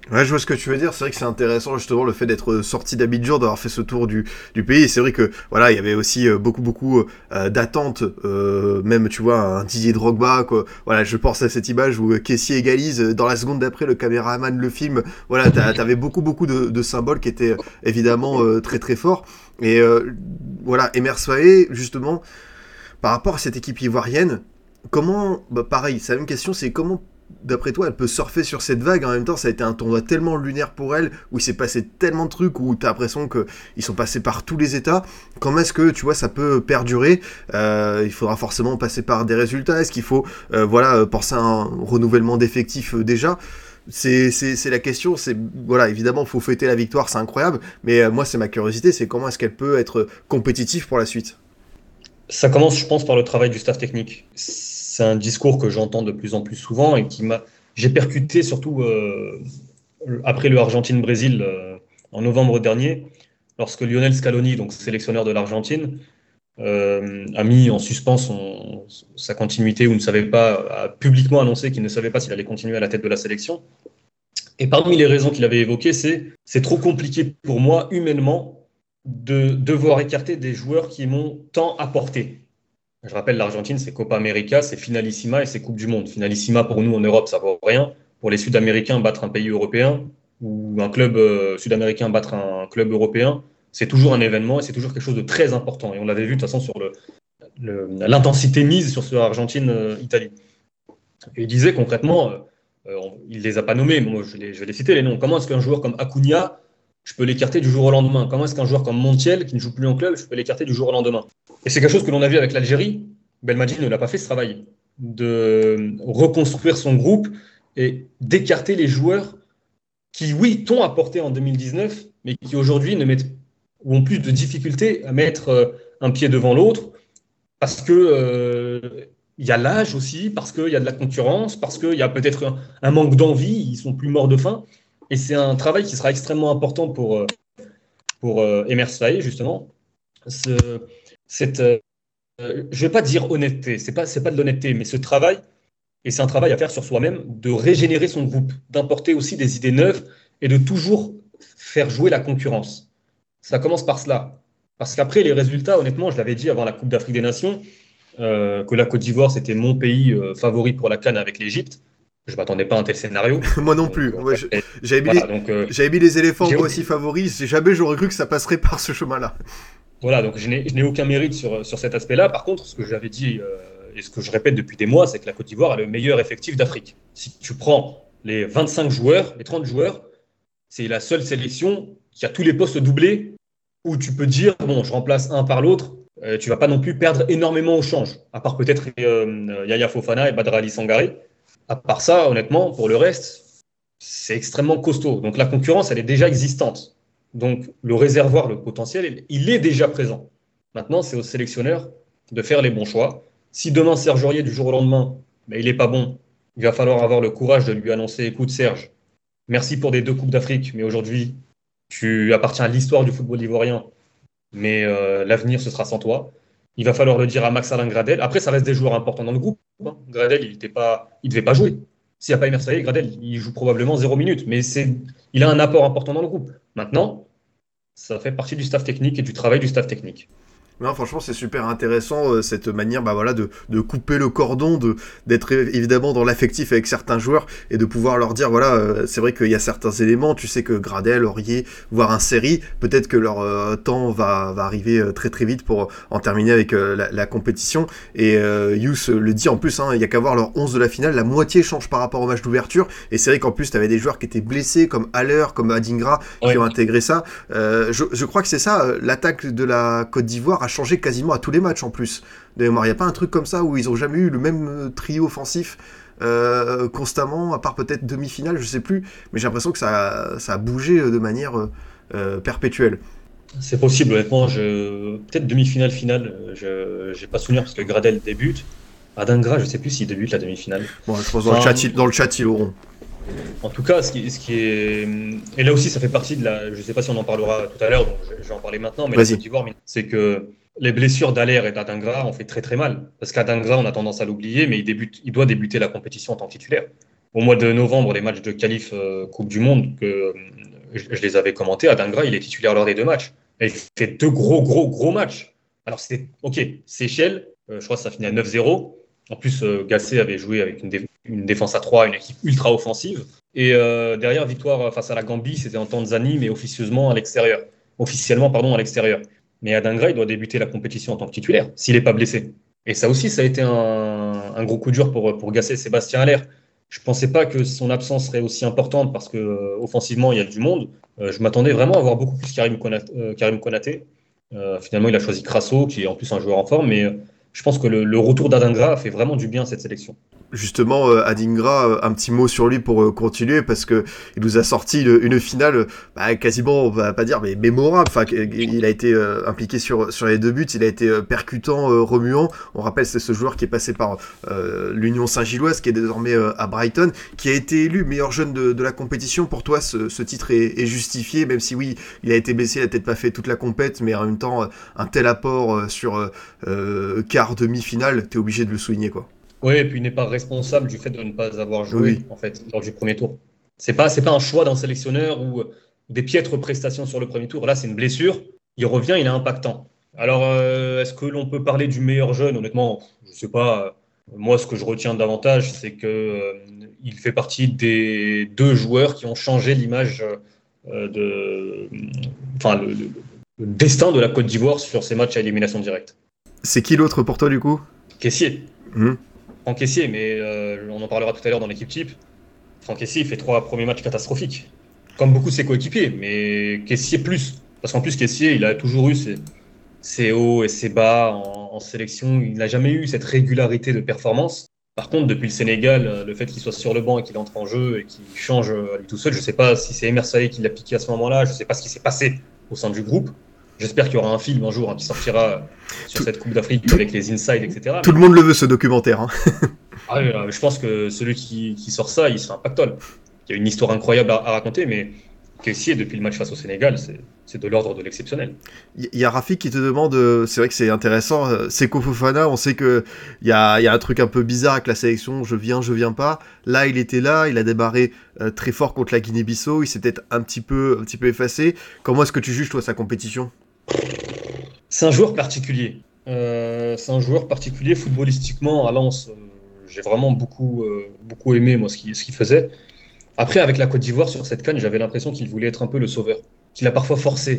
Ouais, je vois ce que tu veux dire. C'est vrai que c'est intéressant justement le fait d'être sorti d'Abidjan, d'avoir fait ce tour du, du pays. Et c'est vrai que voilà, il y avait aussi euh, beaucoup beaucoup euh, d'attentes, euh, même tu vois un Didier Drogba. Quoi. Voilà, je pense à cette image où Kessié égalise. Dans la seconde d'après, le caméraman le filme. Voilà, t'a, t'avais beaucoup beaucoup de, de symboles qui étaient évidemment euh, très très forts. Et euh, voilà, Emer Faé justement par rapport à cette équipe ivoirienne, comment, bah pareil, c'est la même question, c'est comment d'après toi, elle peut surfer sur cette vague. En même temps, ça a été un tournoi tellement lunaire pour elle, où il s'est passé tellement de trucs, où t'as l'impression qu'ils sont passés par tous les états. Comment est-ce que, tu vois, ça peut perdurer? euh, Il faudra forcément passer par des résultats. Est-ce qu'il faut, euh, voilà, penser à un renouvellement d'effectifs euh, déjà? C'est, c'est, c'est la question. C'est, voilà, évidemment, il faut fêter la victoire, c'est incroyable. Mais euh, moi, c'est ma curiosité, c'est comment est-ce qu'elle peut être compétitive pour la suite? Ça commence, je pense, par le travail du staff technique. C'est un discours que j'entends de plus en plus souvent et qui m'a, j'ai percuté surtout euh, après le Argentine-Brésil euh, en novembre dernier, lorsque Lionel Scaloni, donc sélectionneur de l'Argentine, euh, a mis en suspens son, sa continuité ou ne savait pas, a publiquement annoncé qu'il ne savait pas s'il allait continuer à la tête de la sélection. Et parmi les raisons qu'il avait évoquées, c'est c'est trop compliqué pour moi humainement de devoir écarter des joueurs qui m'ont tant apporté. Je rappelle, l'Argentine, c'est Copa América, c'est Finalissima et c'est Coupe du Monde. Finalissima, pour nous, en Europe, ça ne vaut rien. Pour les Sud-Américains, battre un pays européen ou un club euh, sud-américain battre un club européen, c'est toujours un événement et c'est toujours quelque chose de très important. Et on l'avait vu, de toute façon, sur le, le, l'intensité mise sur ce Argentine-Italie. Et il disait concrètement, euh, on, il ne les a pas nommés, mais moi, je, les, je vais les citer, les noms. Comment est-ce qu'un joueur comme Acuna, je peux l'écarter du jour au lendemain? Comment est-ce qu'un joueur comme Montiel, qui ne joue plus en club, je peux l'écarter du jour au lendemain? Et c'est quelque chose que l'on a vu avec l'Algérie. Belmadi ne l'a pas fait, ce travail, de reconstruire son groupe et d'écarter les joueurs qui, oui, t'ont apporté en deux mille dix-neuf, mais qui aujourd'hui ne mettent, ou ont plus de difficultés à mettre un pied devant l'autre, parce que euh, y a l'âge aussi, parce qu'il y a de la concurrence, parce qu'il y a peut-être un, un manque d'envie, ils sont plus morts de faim. Et c'est un travail qui sera extrêmement important pour, pour euh, Emer Faé, justement. Ce, cette, euh, je ne vais pas dire honnêteté, ce n'est pas, c'est pas de l'honnêteté, mais ce travail, et c'est un travail à faire sur soi-même, de régénérer son groupe, d'importer aussi des idées neuves et de toujours faire jouer la concurrence. Ça commence par cela. Parce qu'après, les résultats, honnêtement, je l'avais dit avant la Coupe d'Afrique des Nations, euh, que la Côte d'Ivoire, c'était mon pays euh, favori pour la CAN avec l'Égypte. Je ne m'attendais pas à un tel scénario. Moi non plus. Donc, Moi, je, j'avais, mis voilà, les, donc, euh, j'avais mis les éléphants moi aussi favoris. Jamais j'aurais cru que ça passerait par ce chemin-là. Voilà, donc je n'ai, je n'ai aucun mérite sur, sur cet aspect-là. Par contre, ce que j'avais dit euh, et ce que je répète depuis des mois, c'est que la Côte d'Ivoire a le meilleur effectif d'Afrique. Si tu prends les vingt-cinq joueurs, les trente joueurs, c'est la seule sélection qui a tous les postes doublés où tu peux dire, bon, je remplace un par l'autre, euh, tu ne vas pas non plus perdre énormément au change, à part peut-être euh, Yaya Fofana et Badr Ali Sangaré. À part ça, honnêtement, pour le reste, c'est extrêmement costaud. Donc la concurrence, elle est déjà existante. Donc le réservoir, le potentiel, il est déjà présent. Maintenant, c'est au sélectionneur de faire les bons choix. Si demain, Serge Aurier, du jour au lendemain, ben, il n'est pas bon, il va falloir avoir le courage de lui annoncer, écoute Serge, merci pour des deux Coupes d'Afrique, mais aujourd'hui, tu appartiens à l'histoire du football ivoirien, mais euh, l'avenir, ce sera sans toi. Il va falloir le dire à Max-Alain Gradel. Après, ça reste des joueurs importants dans le groupe. Hein. Gradel, il ne devait pas jouer. S'il n'y a pas Emer Faé, Gradel, il joue probablement zéro minute. Mais c'est, il a un apport important dans le groupe. Maintenant, ça fait partie du staff technique et du travail du staff technique. Non, franchement, c'est super intéressant euh, cette manière, bah voilà, de, de couper le cordon, de d'être évidemment dans l'affectif avec certains joueurs et de pouvoir leur dire, voilà, euh, c'est vrai qu'il y a certains éléments. Tu sais que Gradel, Aurier, voire un Seri, peut-être que leur euh, temps va va arriver euh, très très vite pour en terminer avec euh, la, la compétition. Et euh, Youss le dit en plus, hein, il y a qu'à voir leur onze de la finale, la moitié change par rapport au match d'ouverture. Et c'est vrai qu'en plus, tu avais des joueurs qui étaient blessés, comme Haller, comme Adingra, qui ouais. ont intégré ça. Euh, je, je crois que c'est ça, euh, l'attaque de la Côte d'Ivoire a changé quasiment à tous les matchs en plus. De mémoire, il n'y a pas un truc comme ça où ils n'ont jamais eu le même trio offensif euh, constamment, à part peut-être demi-finale, je sais plus, mais j'ai l'impression que ça, ça a bougé de manière euh, perpétuelle. C'est possible, honnêtement. Je... Peut-être demi-finale, finale, je n'ai pas souvenir parce que Gradel débute. Adingra, je ne sais plus s'il débute la demi-finale. Bon, je pense dans, enfin, le, chat, dans le chat, ils l'auront. En tout cas, ce qui, ce qui est... Et là aussi, ça fait partie de la... Je ne sais pas si on en parlera tout à l'heure, donc je vais en parler maintenant, mais Vas-y. La Côte d'Ivoire, c'est que les blessures d'Haller et d'Adingra ont fait très très mal. Parce qu'Adingra, on a tendance à l'oublier, mais il, débute, il doit débuter la compétition en tant que titulaire. au mois de novembre, les matchs de qualif euh, Coupe du Monde, que euh, je, je les avais commentés, Adingra, il est titulaire lors des deux matchs. Et il fait deux gros, gros, gros matchs. Alors, c'était, OK, Seychelles, euh, je crois que ça finit à neuf zéro. En plus, euh, Gasset avait joué avec une, dé- une défense à trois, une équipe ultra offensive. Et euh, derrière, victoire face à la Gambie, c'était en Tanzanie, mais officieusement à l'extérieur. Officiellement, pardon, à l'extérieur. Mais Adingra, il doit débuter la compétition en tant que titulaire, s'il n'est pas blessé. Et ça aussi, ça a été un, un gros coup dur pour, pour Gasset, Sébastien Haller. Je ne pensais pas que son absence serait aussi importante parce que euh, offensivement, il y a du monde. Euh, je m'attendais vraiment à voir beaucoup plus Karim Konaté. Euh, Karim Konaté. Euh, finalement, il a choisi Crasso, qui est en plus un joueur en forme, mais euh, je pense que le, le retour d'Adingra a fait vraiment du bien à cette sélection. Justement, euh, Adingra, euh, un petit mot sur lui pour euh, continuer, parce que il nous a sorti une, une finale bah, quasiment, on va pas dire, mais mémorable. Enfin, il a été euh, impliqué sur sur les deux buts, il a été euh, percutant, euh, remuant. On rappelle, c'est ce joueur qui est passé par euh, l'Union Saint-Gilloise, qui est désormais euh, à Brighton, qui a été élu meilleur jeune de, de la compétition. Pour toi, ce, ce titre est, est justifié, même si oui, il a été blessé, il a peut-être pas fait toute la compète, mais en même temps, euh, un tel apport euh, sur euh, quart, demi-finale, t'es obligé de le souligner, quoi. Oui, et puis il n'est pas responsable du fait de ne pas avoir joué Oui. en fait lors du premier tour. C'est pas c'est pas un choix d'un sélectionneur ou des piètres prestations sur le premier tour. Là, c'est une blessure. Il revient, il est impactant. Alors, euh, est-ce que l'on peut parler du meilleur jeune? Honnêtement, je sais pas. Moi, ce que je retiens davantage, c'est que euh, il fait partie des deux joueurs qui ont changé l'image euh, de, enfin le, le- le destin de la Côte d'Ivoire sur ces matchs à élimination directe. C'est qui l'autre pour toi, du coup? Caissier. Hum. Franck Kessié, mais euh, on en parlera tout à l'heure dans l'équipe type. Franck Kessié, il fait trois premiers matchs catastrophiques, comme beaucoup de ses coéquipiers, mais Kessié plus. Parce qu'en plus, Kessié, il a toujours eu ses, ses hauts et ses bas en, en sélection. Il n'a jamais eu cette régularité de performance. Par contre, depuis le Sénégal, le fait qu'il soit sur le banc et qu'il entre en jeu et qu'il change à lui tout seul, je ne sais pas si c'est Emer Saleh qui l'a piqué à ce moment-là, je ne sais pas ce qui s'est passé au sein du groupe. J'espère qu'il y aura un film un jour hein, qui sortira sur Tout- cette Coupe d'Afrique tout- avec les insides, et cetera. Tout le monde le veut, ce documentaire. Hein. Ah oui, euh, je pense que celui qui, qui sort ça, il sera un pactole. Il y a une histoire incroyable à, à raconter, mais Kessié, depuis le match face au Sénégal, c'est, c'est de l'ordre de l'exceptionnel. Il y a Rafik qui te demande, euh, c'est vrai que c'est intéressant, euh, Seko Fofana, on sait que il y a, y a un truc un peu bizarre avec la sélection, je viens, je viens pas. Là, il était là, il a démarré euh, très fort contre la Guinée-Bissau, il s'est peut-être un petit peu, un petit peu effacé. Comment est-ce que tu juges, toi, sa compétition? C'est un joueur particulier. Euh, c'est un joueur particulier footballistiquement à Lens. euh, j'ai vraiment beaucoup, euh, beaucoup aimé moi, ce qu'il, ce qu'il faisait. Après, avec la Côte d'Ivoire sur cette CAN, j'avais l'impression qu'il voulait être un peu le sauveur. Qu'il a parfois forcé.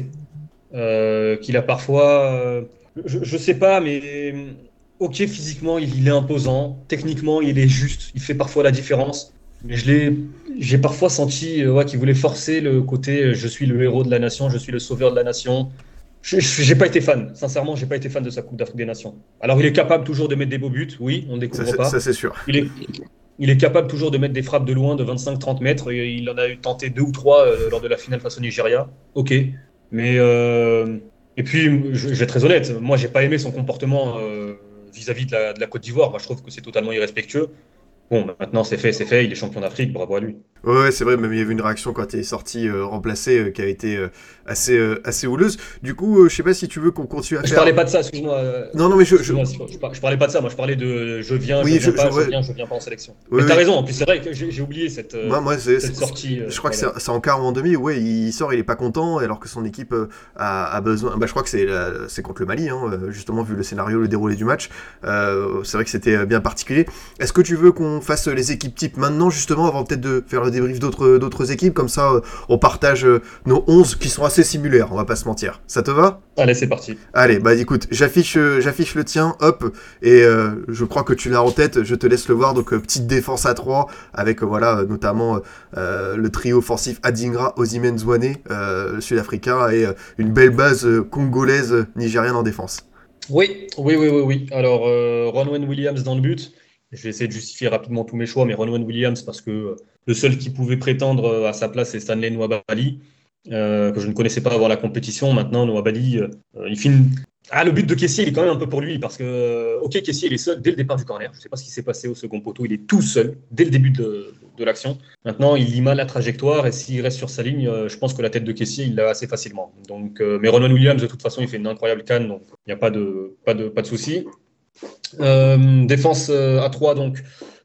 Euh, qu'il a parfois. euh, je, je sais pas, mais. Ok, physiquement, il, il est imposant. Techniquement, il est juste. Il fait parfois la différence. Mais je l'ai, j'ai parfois senti euh, ouais, qu'il voulait forcer le côté euh, je suis le héros de la nation, je suis le sauveur de la nation. Je j'ai pas été fan, sincèrement, j'ai pas été fan de sa Coupe d'Afrique des Nations. Alors, il est capable toujours de mettre des beaux buts, oui, on ne Ça, découvre c'est, pas. ça, c'est sûr. Il est, il est capable toujours de mettre des frappes de loin de vingt-cinq trente mètres. Et il en a eu tenté deux ou trois euh, lors de la finale face au Nigeria. Ok. Mais. euh, Et puis, je, je vais être très honnête, moi, j'ai pas aimé son comportement euh, vis-à-vis de la, de la Côte d'Ivoire. Moi, je trouve que c'est totalement irrespectueux. Bon, maintenant, c'est fait, c'est fait. Il est champion d'Afrique, bravo à lui. Ouais, ouais, c'est vrai, même il y avait une réaction quand il est sorti euh, remplacé euh, qui a été euh, assez, euh, assez houleuse. Du coup, euh, je sais pas si tu veux qu'on continue à Je faire... parlais pas de ça, excuse-moi. euh, Non, non, mais je... je... excuse-moi, je, par- je parlais pas de ça. Moi, je parlais de je viens, Oui, je viens je- pas, je- je, ouais. viens, je viens pas en sélection. Oui, Mais t'as oui. raison. En plus, c'est vrai que j'ai, j'ai oublié cette, euh, Moi, moi, c'est, cette c'est- sortie. euh, je crois que voilà. c'est, c'est en quart ou en demi, ouais, il sort, il est pas content, alors que son équipe euh, a, a besoin... Bah, je crois que c'est, la- c'est contre le Mali, hein, euh, justement, vu le scénario, le déroulé du match. Euh, c'est vrai que c'était euh, bien particulier. Est-ce que tu veux qu'on fasse les équipes types maintenant, justement, avant peut-être de faire le débrief d'autres, d'autres équipes? Comme ça, euh, on partage euh, nos onze qui sont assez similaires, on va pas se mentir. Ça te va? Allez, c'est parti. Allez, bah écoute, j'affiche, euh, j'affiche le tien, hop, et euh, je crois que tu l'as en tête, je te laisse le voir, donc euh, petite défense à trois, avec euh, voilà, euh, notamment euh, le trio offensif Adingra, Osimhen, Zouane, euh, sud-africain, et euh, une belle base euh, congolaise, euh, nigérienne en défense. Oui, oui, oui, oui, oui. Alors, euh, Ronwen Williams dans le but. Je vais essayer de justifier rapidement tous mes choix, mais Ronwen Williams, parce que euh, le seul qui pouvait prétendre euh, à sa place, c'est Stanley Nwabali, euh, que je ne connaissais pas avant la compétition. Maintenant, Nwabali, euh, il finit. Ah, le but de Kessié, il est quand même un peu pour lui, parce que, euh, ok, Kessié, il est seul dès le départ du corner. Je ne sais pas ce qui s'est passé au second poteau. Il est tout seul dès le début de, de l'action. Maintenant, il lit mal la trajectoire, et s'il reste sur sa ligne, euh, je pense que la tête de Kessié, il l'a assez facilement. Donc, euh, mais Ronwen Williams, de toute façon, il fait une incroyable canne, donc il n'y a pas de, pas de, pas de souci. Euh, défense euh, à trois, donc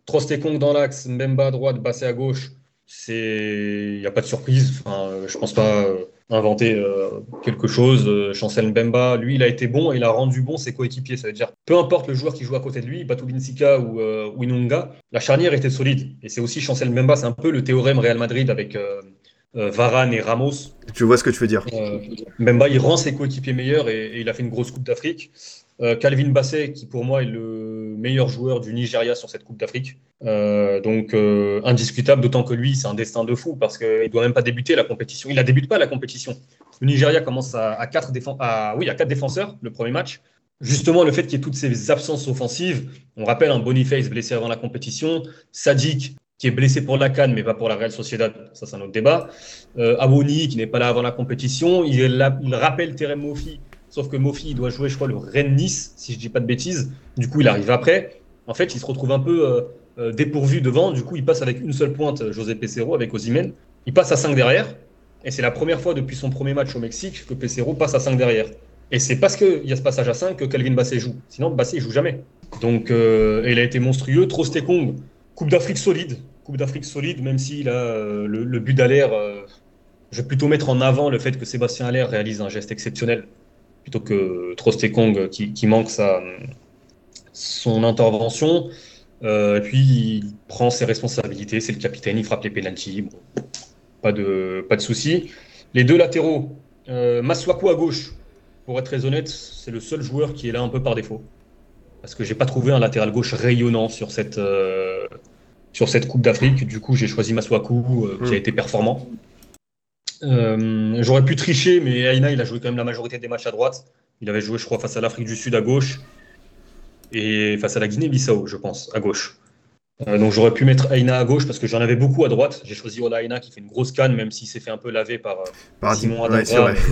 Trostekong dans l'axe, Mbemba à droite, Bassé à gauche. Il n'y a pas de surprise. Enfin, euh, je ne pense pas euh, inventer euh, quelque chose. Euh, Chancel Mbemba, lui, il a été bon et il a rendu bon ses coéquipiers. Ça veut dire, peu importe le joueur qui joue à côté de lui, Batoubin Sika ou euh, Inunga, la charnière était solide. Et c'est aussi Chancel Mbemba, c'est un peu le théorème Real Madrid avec euh, euh, Varane et Ramos. Tu vois ce que tu veux dire. Euh, Mbemba, il rend ses coéquipiers meilleurs et, et il a fait une grosse Coupe d'Afrique. Euh, Calvin Bassey, qui pour moi est le meilleur joueur du Nigeria sur cette Coupe d'Afrique. Euh, donc euh, indiscutable, d'autant que lui, c'est un destin de fou parce qu'il ne doit même pas débuter la compétition. Il ne débute pas la compétition. Le Nigeria commence à, à, quatre défen- à, oui, à quatre défenseurs le premier match. Justement, le fait qu'il y ait toutes ces absences offensives, on rappelle un Boniface blessé avant la compétition, Sadik qui est blessé pour la CAN mais pas pour la Real Sociedad, ça c'est un autre débat. Euh, Awoni qui n'est pas là avant la compétition, il, la, il rappelle Terem Mofi. Sauf que Mofi, il doit jouer, je crois, le Rennes-Nice, si je ne dis pas de bêtises. Du coup, il arrive après. En fait, il se retrouve un peu euh, euh, dépourvu devant. Du coup, il passe avec une seule pointe, José Peseiro, avec Osimhen. Il passe à cinq derrière. Et c'est la première fois depuis son premier match au Mexique que Peseiro passe à cinq derrière. Et c'est parce qu'il y a ce passage à cinq que Calvin Bassey joue. Sinon, Bassey, il ne joue jamais. Donc, euh, il a été monstrueux. Trostekong, Coupe d'Afrique solide. Coupe d'Afrique solide, même s'il a euh, le, le but d'Haller. Euh, je vais plutôt mettre en avant le fait que Sébastien Haller réalise un geste exceptionnel, plutôt que Trostekong qui, qui manque sa, son intervention. Euh, et puis, il prend ses responsabilités, c'est le capitaine, il frappe les pénaltys. Bon, pas de, pas de souci. Les deux latéraux, euh, Masuaku à gauche, pour être très honnête, c'est le seul joueur qui est là un peu par défaut. Parce que je n'ai pas trouvé un latéral gauche rayonnant sur cette, euh, sur cette Coupe d'Afrique. Du coup, j'ai choisi Masuaku, euh, qui a été performant. Euh, j'aurais pu tricher, mais Aina, il a joué quand même la majorité des matchs à droite. Il avait joué, je crois, face à l'Afrique du Sud à gauche et face à la Guinée-Bissau, je pense, à gauche. Euh, donc j'aurais pu mettre Aina à gauche parce que j'en avais beaucoup à droite. J'ai choisi Ola Aina qui fait une grosse canne, même s'il s'est fait un peu laver par, par Simon Adingra. Ouais,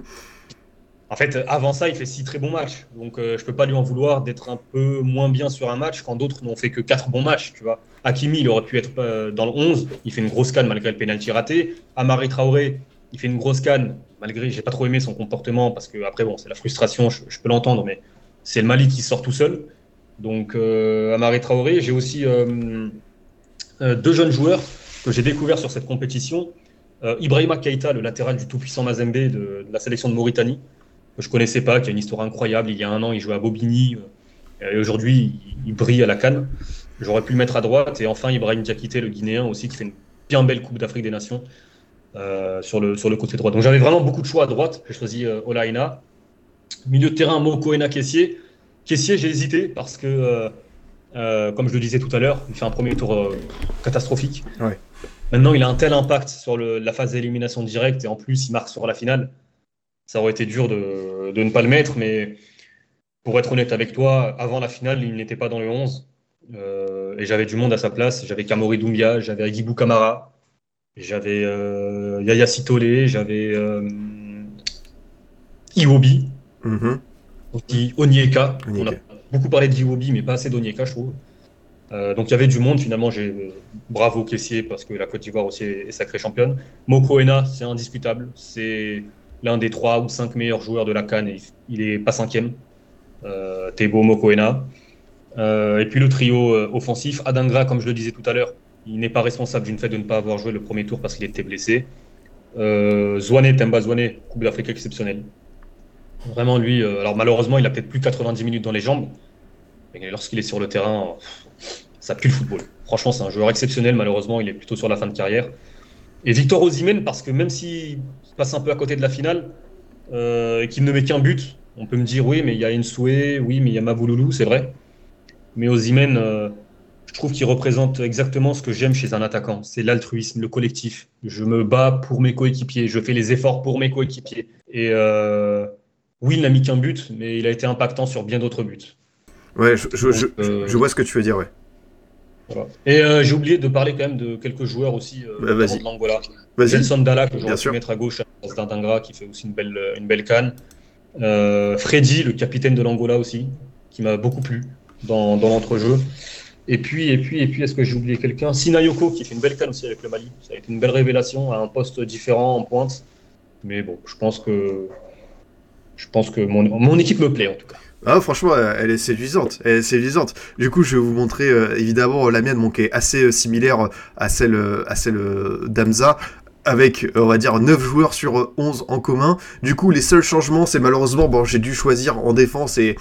en fait, avant ça, il fait six très bons matchs. Donc euh, je ne peux pas lui en vouloir d'être un peu moins bien sur un match quand d'autres n'ont fait que quatre bons matchs. Tu vois. Hakimi, il aurait pu être euh, dans le onze. Il fait une grosse canne malgré le pénalty raté. Amari Traoré, il fait une grosse canne, malgré, j'ai pas trop aimé son comportement, parce que après, bon, c'est la frustration, je, je peux l'entendre, mais c'est le Mali qui sort tout seul. Donc, euh, Amari Traoré, j'ai aussi euh, euh, deux jeunes joueurs que j'ai découverts sur cette compétition. Euh, Ibrahima Keita, le latéral du tout-puissant Mazembe de, de la sélection de Mauritanie, que je connaissais pas, qui a une histoire incroyable. Il y a un an, il jouait à Bobigny, euh, et aujourd'hui, il, il brille à la CAN. J'aurais pu le mettre à droite. Et enfin, Ibrahim Diakité, le Guinéen aussi, qui fait une bien belle Coupe d'Afrique des Nations. Euh, sur, le, sur le côté droit. Donc j'avais vraiment beaucoup de choix à droite. J'ai choisi euh, Ola Aina. Milieu de terrain, Mokoena Kessié. Kessié, j'ai hésité parce que, euh, euh, comme je le disais tout à l'heure, il fait un premier tour euh, catastrophique. Ouais. Maintenant, il a un tel impact sur le, la phase d'élimination directe et en plus, il marque sur la finale. Ça aurait été dur de, de ne pas le mettre, mais pour être honnête avec toi, avant la finale, il n'était pas dans le onze. Euh, et j'avais du monde à sa place. J'avais Kamori Doumbia, j'avais Guibou Kamara. J'avais euh, Yaya Sitole, j'avais euh, Iwobi, mm-hmm. aussi Onyeka. Onyeka. On a beaucoup parlé d'Iwobi, mais pas assez d'Onyeka, je trouve. Euh, donc il y avait du monde, finalement. J'ai euh, bravo Kessié, parce que la Côte d'Ivoire aussi est, est sacrée championne. Mokoena, c'est indiscutable. C'est l'un des trois ou cinq meilleurs joueurs de la CAN et il n'est pas cinquième. Euh, Tebo Mokoena. Euh, et puis le trio euh, offensif, Adingra, comme je le disais tout à l'heure. Il n'est pas responsable du fait de ne pas avoir joué le premier tour parce qu'il était blessé. Euh, Zouane, Temba Zouane, Coupe d'Afrique exceptionnelle. Vraiment, lui, euh, alors malheureusement, il a peut-être plus de quatre-vingt-dix minutes dans les jambes. Mais lorsqu'il est sur le terrain, ça pue le football. Franchement, c'est un joueur exceptionnel. Malheureusement, il est plutôt sur la fin de carrière. Et Victor Osimhen, parce que même s'il passe un peu à côté de la finale euh, et qu'il ne met qu'un but, on peut me dire oui, mais il y a Nsoué, oui, mais il y a Mabouloulou, c'est vrai. Mais Osimhen, euh, je trouve qu'il représente exactement ce que j'aime chez un attaquant. C'est l'altruisme, le collectif. Je me bats pour mes coéquipiers, je fais les efforts pour mes coéquipiers. Et euh, oui, il n'a mis qu'un but, mais il a été impactant sur bien d'autres buts. Ouais, je, je, Donc, je, euh, je vois ce que tu veux dire, ouais. Voilà. Et euh, j'ai oublié de parler quand même de quelques joueurs aussi euh, bah, vas-y. de l'Angola. Vas-y. Gelson Dalla, que j'aurais Bien pu sûr. mettre à gauche à la place d'Adingra, qui fait aussi une belle, une belle canne. Euh, Freddy, le capitaine de l'Angola aussi, qui m'a beaucoup plu dans, dans l'entrejeu. Et puis, et puis, et puis, est-ce que j'ai oublié quelqu'un? Sinayoko, qui fait une belle canne aussi avec le Mali. Ça a été une belle révélation à un poste différent en pointe. Mais bon, je pense que, je pense que mon, mon équipe me plaît en tout cas. Ah, franchement, elle est séduisante. Elle est séduisante. Du coup, je vais vous montrer euh, évidemment la mienne, bon, qui est assez euh, similaire à celle, à celle euh, d'Hamza, avec, on va dire, neuf joueurs sur onze en commun. Du coup, les seuls changements, c'est malheureusement, bon, j'ai dû choisir en défense et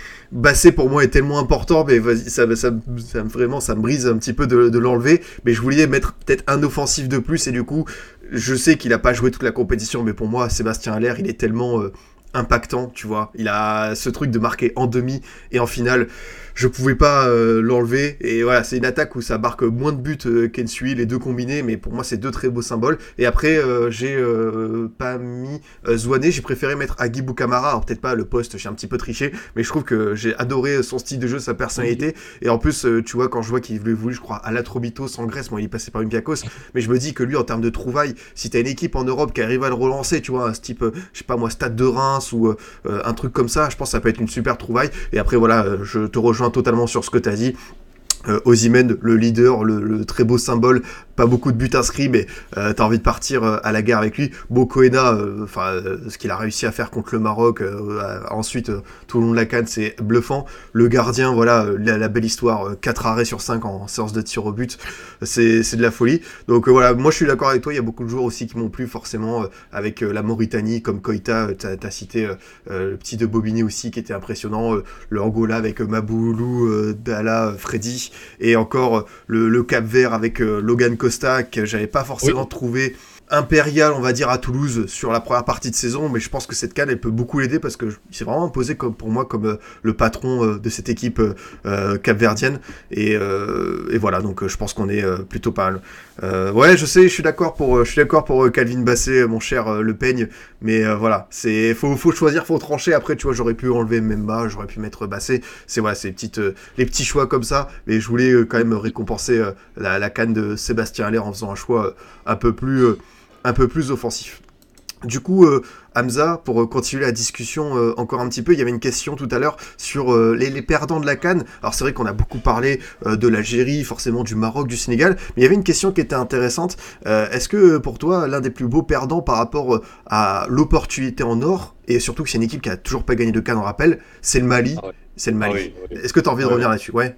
Bassé pour moi est tellement important, mais vas-y, ça, ça, ça, ça, vraiment, ça me brise un petit peu de, de l'enlever. Mais je voulais mettre peut-être un offensif de plus, et du coup, je sais qu'il a pas joué toute la compétition, mais pour moi, Sébastien Haller, il est tellement euh, impactant, tu vois. Il a ce truc de marquer en demi et en finale. Je pouvais pas euh, l'enlever, et voilà, c'est une attaque où ça marque moins de buts euh, qu'Ensui, les deux combinés, mais pour moi c'est deux très beaux symboles. Et après euh, j'ai euh, pas mis euh, Zouané, j'ai préféré mettre Agibou Kamara, alors peut-être pas le poste, j'ai un petit peu triché, mais je trouve que j'ai adoré son style de jeu, sa personnalité, et en plus euh, tu vois, quand je vois qu'il voulait voulu, je crois, à l'Atrobito sans Grèce, bon il est passé par Olympiakos, mais je me dis que lui en termes de trouvailles, si t'as une équipe en Europe qui arrive à le relancer, tu vois, un type, euh, je sais pas moi, Stade de Reims, ou euh, un truc comme ça, je pense que ça peut être une super trouvaille. Et après voilà, euh, je te rejoins totalement sur ce que tu as dit. Euh, Osimhen, le leader, le, le très beau symbole, pas beaucoup de buts inscrits, mais euh, t'as envie de partir euh, à la guerre avec lui. Bokoena, enfin euh, euh, ce qu'il a réussi à faire contre le Maroc, euh, euh, ensuite euh, tout le long de la CAN, c'est bluffant. Le gardien, voilà, euh, la, la belle histoire, euh, quatre arrêts sur cinq en, en séance de tir au but, c'est, c'est de la folie. Donc euh, voilà, moi je suis d'accord avec toi, il y a beaucoup de joueurs aussi qui m'ont plu forcément, euh, avec euh, la Mauritanie, comme Koïta, euh, t'as, t'as cité euh, euh, le petit de Bobigny aussi qui était impressionnant, euh, le Angola avec euh, Maboulou, euh, Dala, euh, Freddy, et encore le, le Cap-Vert avec euh, Logan Costa, que j'avais pas forcément oui. trouvé impérial, on va dire, à Toulouse sur la première partie de saison, mais je pense que cette CAN, elle peut beaucoup l'aider parce que il s'est vraiment imposé comme, pour moi comme euh, le patron euh, de cette équipe euh, capverdienne, et, euh, et voilà, donc euh, je pense qu'on est euh, plutôt pas mal. Euh, ouais, je sais, je suis d'accord pour, euh, je suis d'accord pour euh, Calvin Bassé, mon cher euh, Le Peigne, mais euh, voilà, c'est faut, faut choisir, faut trancher. Après, tu vois, j'aurais pu enlever Memba, j'aurais pu mettre Bassé. C'est voilà, c'est petites, euh, les petits choix comme ça, mais je voulais euh, quand même récompenser euh, la, la CAN de Sébastien Haller en faisant un choix euh, un peu plus euh, un peu plus offensif. Du coup, euh, Hamza, pour continuer la discussion euh, encore un petit peu, il y avait une question tout à l'heure sur euh, les, les perdants de la CAN. Alors c'est vrai qu'on a beaucoup parlé euh, de l'Algérie, forcément du Maroc, du Sénégal, mais il y avait une question qui était intéressante. Euh, est-ce que pour toi, l'un des plus beaux perdants par rapport euh, à l'opportunité en or, et surtout que c'est une équipe qui a toujours pas gagné de CAN, on rappelle, c'est le Mali. Ah ouais. C'est le Mali. Ah oui, oui. Est-ce que tu as envie de ouais. revenir là-dessus? Ouais.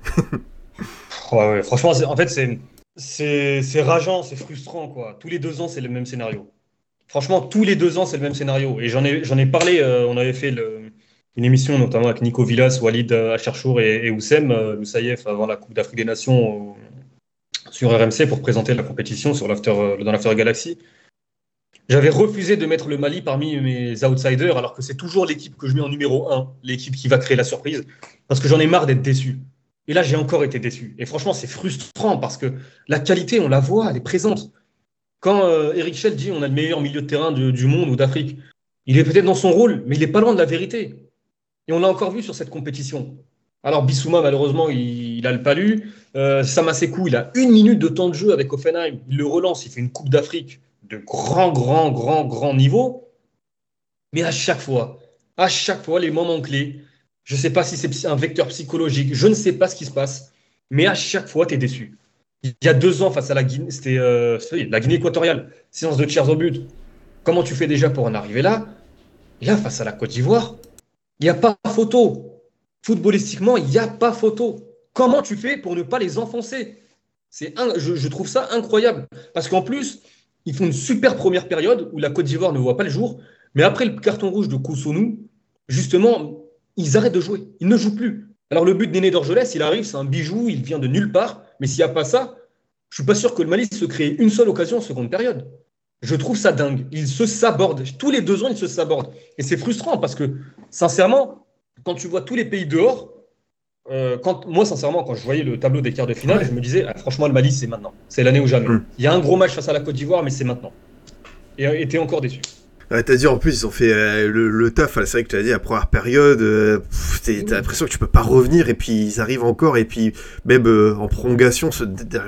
ouais, ouais. Franchement, c'est, en fait, c'est... C'est, c'est rageant, c'est frustrant, quoi. Tous les deux ans, c'est le même scénario. Franchement, tous les deux ans, c'est le même scénario. Et j'en ai, j'en ai parlé, euh, on avait fait le, une émission, notamment avec Nico Villas, Walid Acharchour et, et Oussem euh, Loussaïef, avant la Coupe d'Afrique des Nations, euh, sur R M C, pour présenter la compétition sur l'after, euh, dans l'After Galaxy. J'avais refusé de mettre le Mali parmi mes outsiders, alors que c'est toujours l'équipe que je mets en numéro un, l'équipe qui va créer la surprise, parce que j'en ai marre d'être déçu. Et là, j'ai encore été déçu. Et franchement, c'est frustrant parce que la qualité, on la voit, elle est présente. Quand euh, Eric Schell dit on a le meilleur milieu de terrain de, du monde ou d'Afrique, il est peut-être dans son rôle, mais il n'est pas loin de la vérité. Et on l'a encore vu sur cette compétition. Alors, Bissouma, malheureusement, il, il a le palu. Euh, Samasekou, il a une minute de temps de jeu avec Hoffenheim. Il le relance, il fait une Coupe d'Afrique de grand, grand, grand, grand niveau. Mais à chaque fois, à chaque fois, les moments clés, je ne sais pas si c'est un vecteur psychologique, je ne sais pas ce qui se passe, mais à chaque fois, tu es déçu. Il y a deux ans, face à la Guinée, c'était euh, la Guinée équatoriale, séance de tirs au but. Comment tu fais déjà pour en arriver là? Et là, face à la Côte d'Ivoire, il n'y a pas photo. Footballistiquement, il n'y a pas photo. Comment tu fais pour ne pas les enfoncer? C'est un, je, je trouve ça incroyable. Parce qu'en plus, ils font une super première période où la Côte d'Ivoire ne voit pas le jour, mais après le carton rouge de Koussonou, justement, ils arrêtent de jouer. Ils ne jouent plus. Alors, le but d'Néné d'Orgelès, il arrive, c'est un bijou, il vient de nulle part. Mais s'il n'y a pas ça, je ne suis pas sûr que le Mali se crée une seule occasion en seconde période. Je trouve ça dingue. Ils se sabordent. Tous les deux ans, ils se sabordent. Et c'est frustrant parce que, sincèrement, quand tu vois tous les pays dehors, euh, quand, moi, sincèrement, quand je voyais le tableau des quarts de finale, je me disais, ah, franchement, le Mali, c'est maintenant. C'est l'année ou jamais. Mmh. Il y a un gros match face à la Côte d'Ivoire, mais c'est maintenant. Et, et t'es encore déçu. Ouais, t'as dit en plus ils ont fait euh, le, le taf, c'est vrai que tu as dit la première période, euh, pff, t'as, t'as l'impression que tu peux pas revenir et puis ils arrivent encore et puis même euh, en prolongation, ce,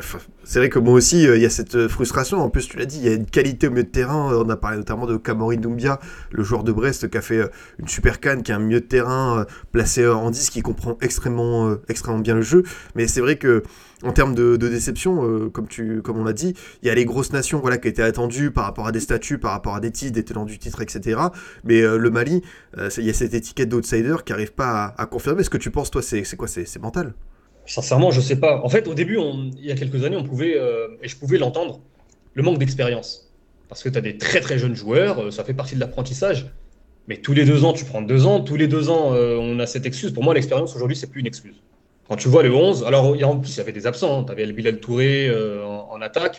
C'est vrai que moi aussi, il euh, y a cette frustration. En plus, tu l'as dit, il y a une qualité au milieu de terrain. On a parlé notamment de Kamori Doumbia, le joueur de Brest qui a fait euh, une super canne, qui a un milieu de terrain euh, placé euh, en dix, qui comprend extrêmement, euh, extrêmement bien le jeu. Mais c'est vrai que en termes de, de déception, euh, comme, tu, comme on l'a dit, il y a les grosses nations voilà, qui étaient attendues par rapport à des statuts, par rapport à des titres, des tenants du titre, et cetera. Mais euh, le Mali, euh, il y a cette étiquette d'outsider qui n'arrive pas à, à confirmer. Ce que tu penses, toi, c'est, c'est quoi c'est, c'est mental? Sincèrement, je sais pas. En fait, au début, on- il y a quelques années, on pouvait, euh, et je pouvais l'entendre, le manque d'expérience. Parce que tu as des très très jeunes joueurs, euh, ça fait partie de l'apprentissage. Mais tous les deux ans, tu prends deux ans, tous les deux ans, euh, on a cette excuse. Pour moi, l'expérience aujourd'hui, c'est plus une excuse. Quand tu vois le onze, alors il y a- en plus, il y avait des absents. Tu avais El Bilal Touré euh, en, en attaque.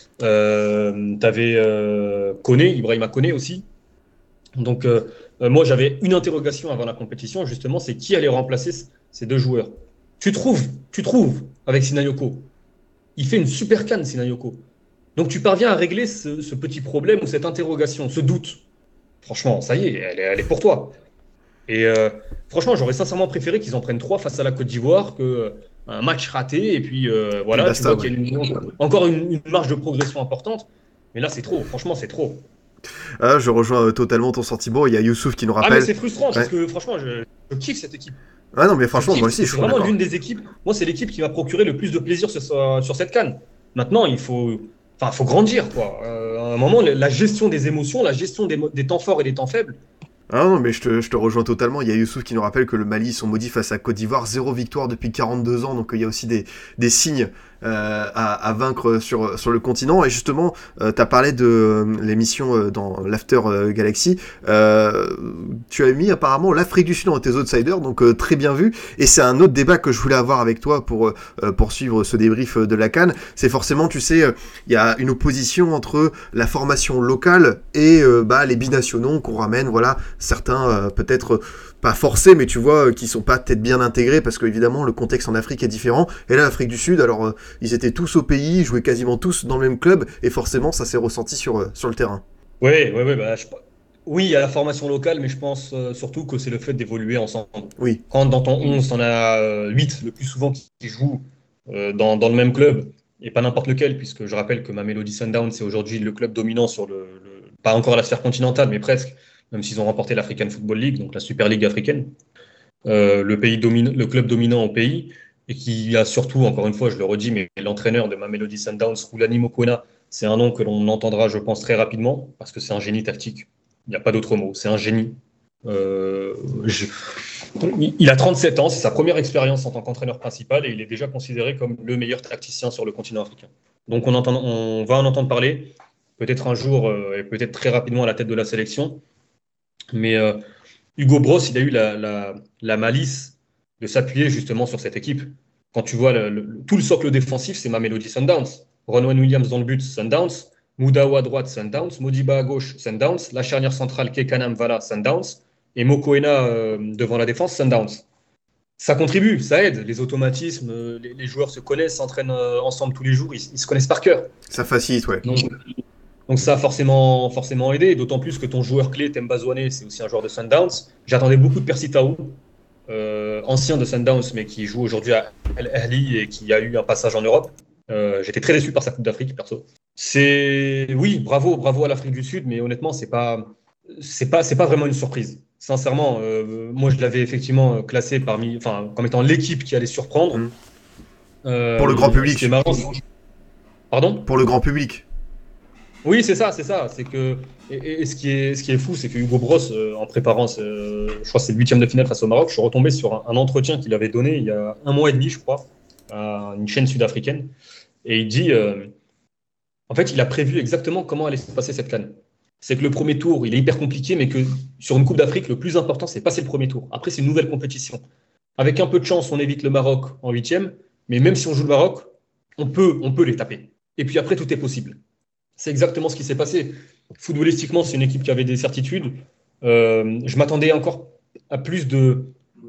Euh, tu avais euh, Koné, Ibrahima Koné aussi. Donc, euh, euh, moi, j'avais une interrogation avant la compétition, justement, c'est qui allait remplacer c- ces deux joueurs. Tu trouves, tu trouves avec Sinayoko. Il fait une super canne, Sinayoko. Donc, tu parviens à régler ce, ce petit problème ou cette interrogation, ce doute. Franchement, ça y est, elle est, elle est pour toi. Et euh, franchement, j'aurais sincèrement préféré qu'ils en prennent trois face à la Côte d'Ivoire que euh, un match raté. Et puis, euh, Puis voilà, tu basta, vois ouais. qu'il y a une- encore une, une marge de progression importante. Mais là, c'est trop. Franchement, c'est trop. Ah, je rejoins euh, totalement ton sentiment. Il y a Youssouf qui nous Ah, mais rappelle. c'est frustrant parce Ouais. que franchement, je, je kiffe cette équipe. Ah non, mais Je franchement, kiffe. moi aussi, je C'est suis vraiment d'accord. l'une des équipes. Moi, c'est l'équipe qui m'a procuré le plus de plaisir sur, ce- sur cette canne. Maintenant, il faut, enfin, faut grandir, quoi. Euh, à un moment, la gestion des émotions, la gestion des, mo- des temps forts et des temps faibles. Ah non, mais je te, je te rejoins totalement. Il y a Youssouf qui nous rappelle que le Mali sont maudits face à Côte d'Ivoire, zéro victoire depuis quarante-deux ans, donc euh, il y a aussi des, des signes euh, à, à vaincre sur, sur le continent. Et justement, euh, tu as parlé de euh, l'émission euh, dans l'After euh, Galaxy. Euh, tu as mis apparemment l'Afrique du Sud dans tes outsiders, donc euh, très bien vu. Et c'est un autre débat que je voulais avoir avec toi pour euh, poursuivre ce débrief euh, de la CAN. C'est forcément, tu sais, euh, il y a une opposition entre la formation locale et euh, bah, les binationaux qu'on ramène, voilà. Certains euh, peut-être euh, pas forcés, mais tu vois, euh, qui sont pas peut-être bien intégrés, parce que évidemment le contexte en Afrique est différent. Et là, l'Afrique du Sud, alors euh, ils étaient tous au pays, ils jouaient quasiment tous dans le même club, et forcément ça s'est ressenti sur, euh, sur le terrain. Oui, oui, oui. Bah, je- oui, il y a la formation locale, mais je pense euh, surtout que c'est le fait d'évoluer ensemble. Oui, Quand dans ton onze, tu en as euh, huit le plus souvent qui, qui jouent euh, dans, dans le même club, et pas n'importe lequel, puisque je rappelle que Mamelodi Sundowns, c'est aujourd'hui le club dominant sur le, le- pas encore la sphère continentale, mais presque, même s'ils ont remporté l'African Football League, donc la Super League africaine, euh, le, pays domine, le club dominant au pays, et qui a surtout, encore une fois, je le redis, mais l'entraîneur de Mamelodi Sundowns, Rulani Mokwena, c'est un nom que l'on entendra, je pense, très rapidement, parce que c'est un génie tactique. Il n'y a pas d'autre mot, c'est un génie. Euh, je- Il a trente-sept ans, c'est sa première expérience en tant qu'entraîneur principal et il est déjà considéré comme le meilleur tacticien sur le continent africain. Donc on, entend, on va en entendre parler, peut-être un jour euh, et peut-être très rapidement à la tête de la sélection. Mais euh, Hugo Bross, il a eu la, la, la malice de s'appuyer justement sur cette équipe. Quand tu vois le, le, tout le socle défensif, c'est Mamelodi Sundowns. Ronwen Williams dans le but, Sundowns. Moudawa à droite, Sundowns. Modiba à gauche, Sundowns. La charnière centrale, Kekanam Vala, Sundowns. Et Mokoena euh, devant la défense, Sundowns. Ça contribue, ça aide. Les automatismes, euh, les, les joueurs se connaissent, s'entraînent euh, ensemble tous les jours, ils, ils se connaissent par cœur. ça facilite, ouais. Donc, donc ça a forcément, forcément aidé, d'autant plus que ton joueur clé, Temba Zwane, c'est aussi un joueur de Sundowns. J'attendais beaucoup de Percy Tau, euh, ancien de Sundowns, mais qui joue aujourd'hui à Al Ahly et qui a eu un passage en Europe. Euh, J'étais très déçu par sa Coupe d'Afrique, perso. C'est oui, bravo, bravo à l'Afrique du Sud, mais honnêtement, c'est pas, c'est pas, c'est pas vraiment une surprise. Sincèrement, euh, moi, je l'avais effectivement classé parmi, enfin, comme étant l'équipe qui allait surprendre. Mmh. Euh, Pour le grand public. C'est marrant. Pardon? Pour le grand public. Oui, c'est ça, c'est ça. C'est que et, et- et ce qui est ce qui est fou, c'est que Hugo Bross, euh, en préparant, ce- je crois que c'est le huitième de finale face au Maroc, je suis retombé sur un, un entretien qu'il avait donné il y a un mois et demi, je crois, à une chaîne sud-africaine, et il dit, euh, en fait, il a prévu exactement comment allait se passer cette CAN. C'est que le premier tour, il est hyper compliqué, mais que sur une Coupe d'Afrique, le plus important, c'est passer le premier tour. Après, c'est une nouvelle compétition. Avec un peu de chance, on évite le Maroc en huitième, mais même si on joue le Maroc, on peut, on peut les taper. Et puis après, tout est possible. C'est exactement ce qui s'est passé. Footballistiquement, c'est une équipe qui avait des certitudes. Euh, je m'attendais encore à plus de,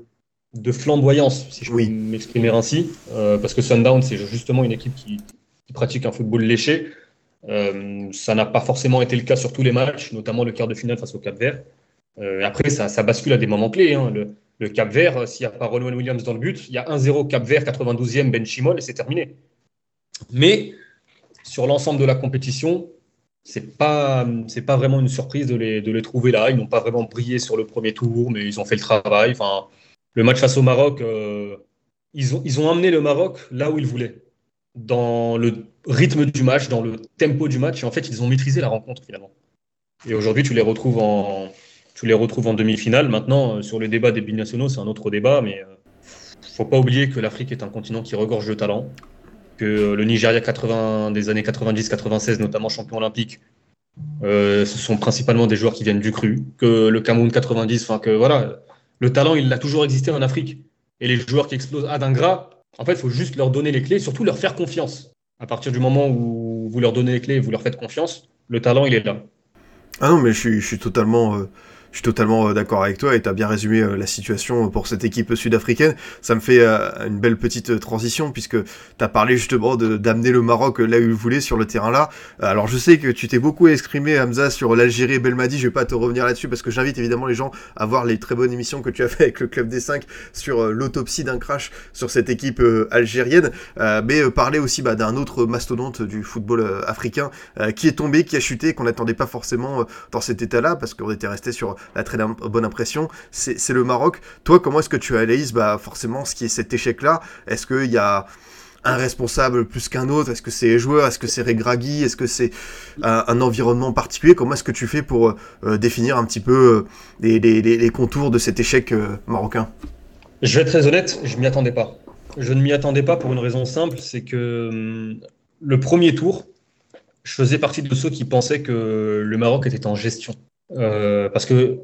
de flamboyance, si je Oui. peux m'exprimer ainsi, euh, parce que Sundown, c'est justement une équipe qui, qui pratique un football léché. Euh, ça n'a pas forcément été le cas sur tous les matchs, notamment le quart de finale face au Cap-Vert. Euh, après, ça, ça bascule à des moments clés. Hein. Le, le Cap-Vert, s'il n'y a pas Ronwen Williams dans le but, il y a un zéro Cap-Vert, quatre-vingt-douzième Ben Chimol, et c'est terminé. Mais sur l'ensemble de la compétition, c'est pas, c'est pas vraiment une surprise de les, de les trouver là. Ils n'ont pas vraiment brillé sur le premier tour, mais ils ont fait le travail. Enfin, le match face au Maroc, euh, ils ont, ils ont amené le Maroc là où ils voulaient, dans le rythme du match, dans le tempo du match. Et en fait, ils ont maîtrisé la rencontre finalement. Et aujourd'hui, tu les retrouves en, tu les retrouves en demi-finale. Maintenant, euh, sur le débat des binationaux, c'est un autre débat, mais il euh, faut pas oublier que l'Afrique est un continent qui regorge de talent, que euh, le Nigeria quatre-vingts, des années quatre-vingt-dix quatre-vingt-seize, notamment champion olympique, euh, ce sont principalement des joueurs qui viennent du cru, que le Cameroun quatre-vingt-dix, enfin que voilà, le talent, il a toujours existé en Afrique. Et les joueurs qui explosent à Dingra, en fait, il faut juste leur donner les clés, surtout leur faire confiance. À partir du moment où vous leur donnez les clés et vous leur faites confiance, le talent, il est là. Ah non, mais je suis, je suis totalement, euh, je suis totalement euh, d'accord avec toi et tu as bien résumé euh, la situation pour cette équipe sud-africaine. Ça me fait euh, une belle petite euh, transition puisque tu as parlé justement de, d'amener le Maroc là où il voulait sur le terrain là. Euh, alors je sais que tu t'es beaucoup exprimé, Hamza, sur l'Algérie et Belmadi. Je vais pas te revenir là-dessus parce que j'invite évidemment les gens à voir les très bonnes émissions que tu as fait avec le Club des cinq sur euh, l'autopsie d'un crash sur cette équipe euh, algérienne. Euh, mais euh, parler aussi bah, d'un autre mastodonte du football euh, africain euh, qui est tombé, qui a chuté, qu'on n'attendait pas forcément euh, dans cet état-là parce qu'on était resté sur la très bonne impression, c'est, c'est le Maroc. Toi, comment est-ce que tu analyses bah, forcément ce qui est cet échec-là? Est-ce qu'il y a un responsable plus qu'un autre? Est-ce que c'est les joueurs? Est-ce que c'est Regragui? Est-ce que c'est un, un environnement particulier? Comment est-ce que tu fais pour euh, définir un petit peu euh, les, les, les contours de cet échec euh, marocain? Je vais être très honnête, je ne m'y attendais pas. Je ne m'y attendais pas pour une raison simple, c'est que hum, le premier tour, je faisais partie de ceux qui pensaient que le Maroc était en gestion. Euh, parce que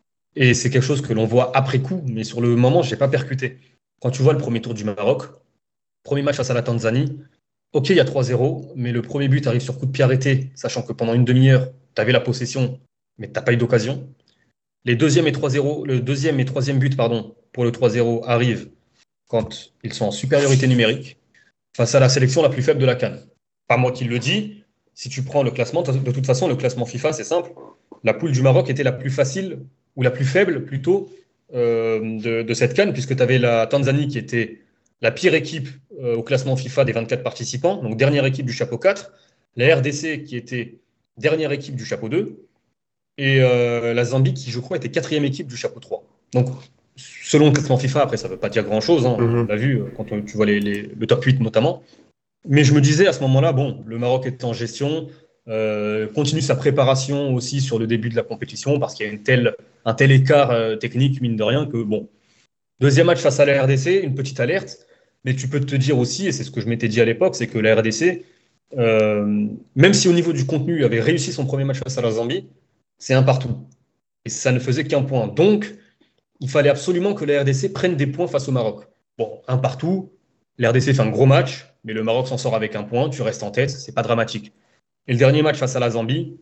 Et c'est quelque chose que l'on voit après coup, mais sur le moment, je n'ai pas percuté. Quand tu vois le premier tour du Maroc, premier match face à la Tanzanie, ok, il y a trois zéro, mais le premier but arrive sur coup de pied arrêté, sachant que pendant une demi-heure, tu avais la possession, mais tu n'as pas eu d'occasion. Les deuxième et trois zéro, le deuxième et troisième but pardon, pour le trois zéro arrivent quand ils sont en supériorité numérique, face à la sélection la plus faible de la CAN. Pas moi qui le dis, si tu prends le classement, de toute façon, le classement FIFA, c'est simple. La poule du Maroc était la plus facile ou la plus faible plutôt euh, de, de cette CAN, puisque tu avais la Tanzanie qui était la pire équipe euh, au classement FIFA des vingt-quatre participants, donc dernière équipe du chapeau quatre, la R D C qui était dernière équipe du chapeau deux, et euh, la Zambie qui, je crois, était quatrième équipe du chapeau trois. Donc, selon le classement FIFA, après, ça ne veut pas dire grand-chose, hein, mm-hmm. On l'a vu quand on, tu vois les, les, le top huit notamment. Mais je me disais à ce moment-là, bon, le Maroc est en gestion, euh, continue sa préparation aussi sur le début de la compétition, parce qu'il y a une telle, un tel écart euh, technique, mine de rien, que bon. Deuxième match face à la R D C, une petite alerte, mais tu peux te dire aussi, et c'est ce que je m'étais dit à l'époque, c'est que la R D C, euh, même si au niveau du contenu, il avait réussi son premier match face à la Zambie, c'est un partout. Et ça ne faisait qu'un point. Donc, il fallait absolument que la R D C prenne des points face au Maroc. Bon, un partout, la R D C fait un gros match, mais le Maroc s'en sort avec un point, tu restes en tête, c'est pas dramatique. Et le dernier match face à la Zambie,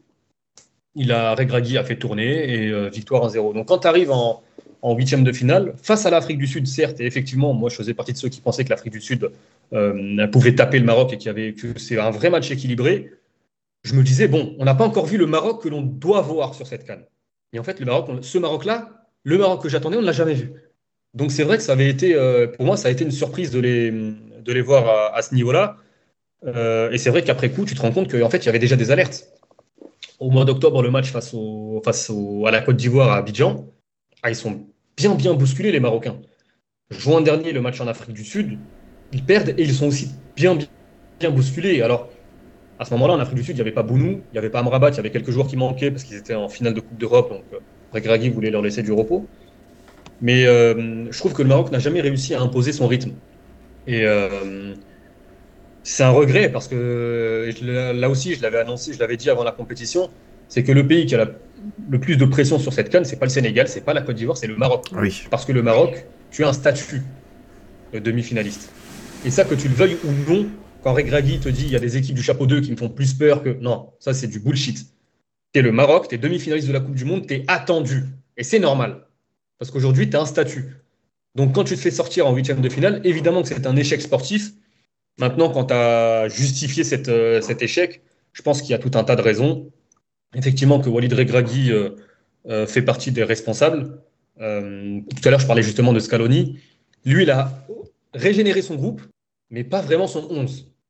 il a, Regragui a fait tourner et euh, victoire un zéro. Donc quand tu arrives en, en huitième de finale, face à l'Afrique du Sud, certes, et effectivement, moi je faisais partie de ceux qui pensaient que l'Afrique du Sud euh, pouvait taper le Maroc et qu'il y avait, que c'est un vrai match équilibré, je me disais, bon, on n'a pas encore vu le Maroc que l'on doit voir sur cette CAN. Et en fait, le Maroc, ce Maroc-là, le Maroc que j'attendais, on ne l'a jamais vu. Donc c'est vrai que ça avait été, euh, pour moi, ça a été une surprise de les, de les voir à, à ce niveau-là. Euh, et c'est vrai qu'après coup, tu te rends compte qu'en fait, il y avait déjà des alertes. Au mois d'octobre, le match face, au, face au, à la Côte d'Ivoire à Abidjan, ah, ils sont bien, bien bousculés, les Marocains. Juin dernier, le match en Afrique du Sud, ils perdent et ils sont aussi bien, bien, bien bousculés. Alors, à ce moment-là, en Afrique du Sud, il n'y avait pas Bounou, il n'y avait pas Amrabat, il y avait quelques joueurs qui manquaient parce qu'ils étaient en finale de Coupe d'Europe, donc euh, Regragui voulait leur laisser du repos. Mais euh, je trouve que le Maroc n'a jamais réussi à imposer son rythme. Et euh, c'est un regret parce que là aussi, je l'avais annoncé, je l'avais dit avant la compétition, c'est que le pays qui a la, le plus de pression sur cette CAN, c'est pas le Sénégal, c'est pas la Côte d'Ivoire, c'est le Maroc. Oui. Parce que le Maroc, tu as un statut de demi-finaliste. Et ça, que tu le veuilles ou non, quand Regragui te dit il y a des équipes du chapeau deux qui me font plus peur que... Non, ça c'est du bullshit. T'es le Maroc, t'es demi-finaliste de la Coupe du Monde, t'es attendu. Et c'est normal. Parce qu'aujourd'hui, t'as un statut. Donc quand tu te fais sortir en huitième de finale, évidemment que c'est un échec sportif. Maintenant, quand tu as justifié cette, euh, cet échec, je pense qu'il y a tout un tas de raisons. Effectivement, que Walid Regragui euh, euh, fait partie des responsables. Euh, tout à l'heure, je parlais justement de Scaloni. Lui, il a régénéré son groupe, mais pas vraiment son onze.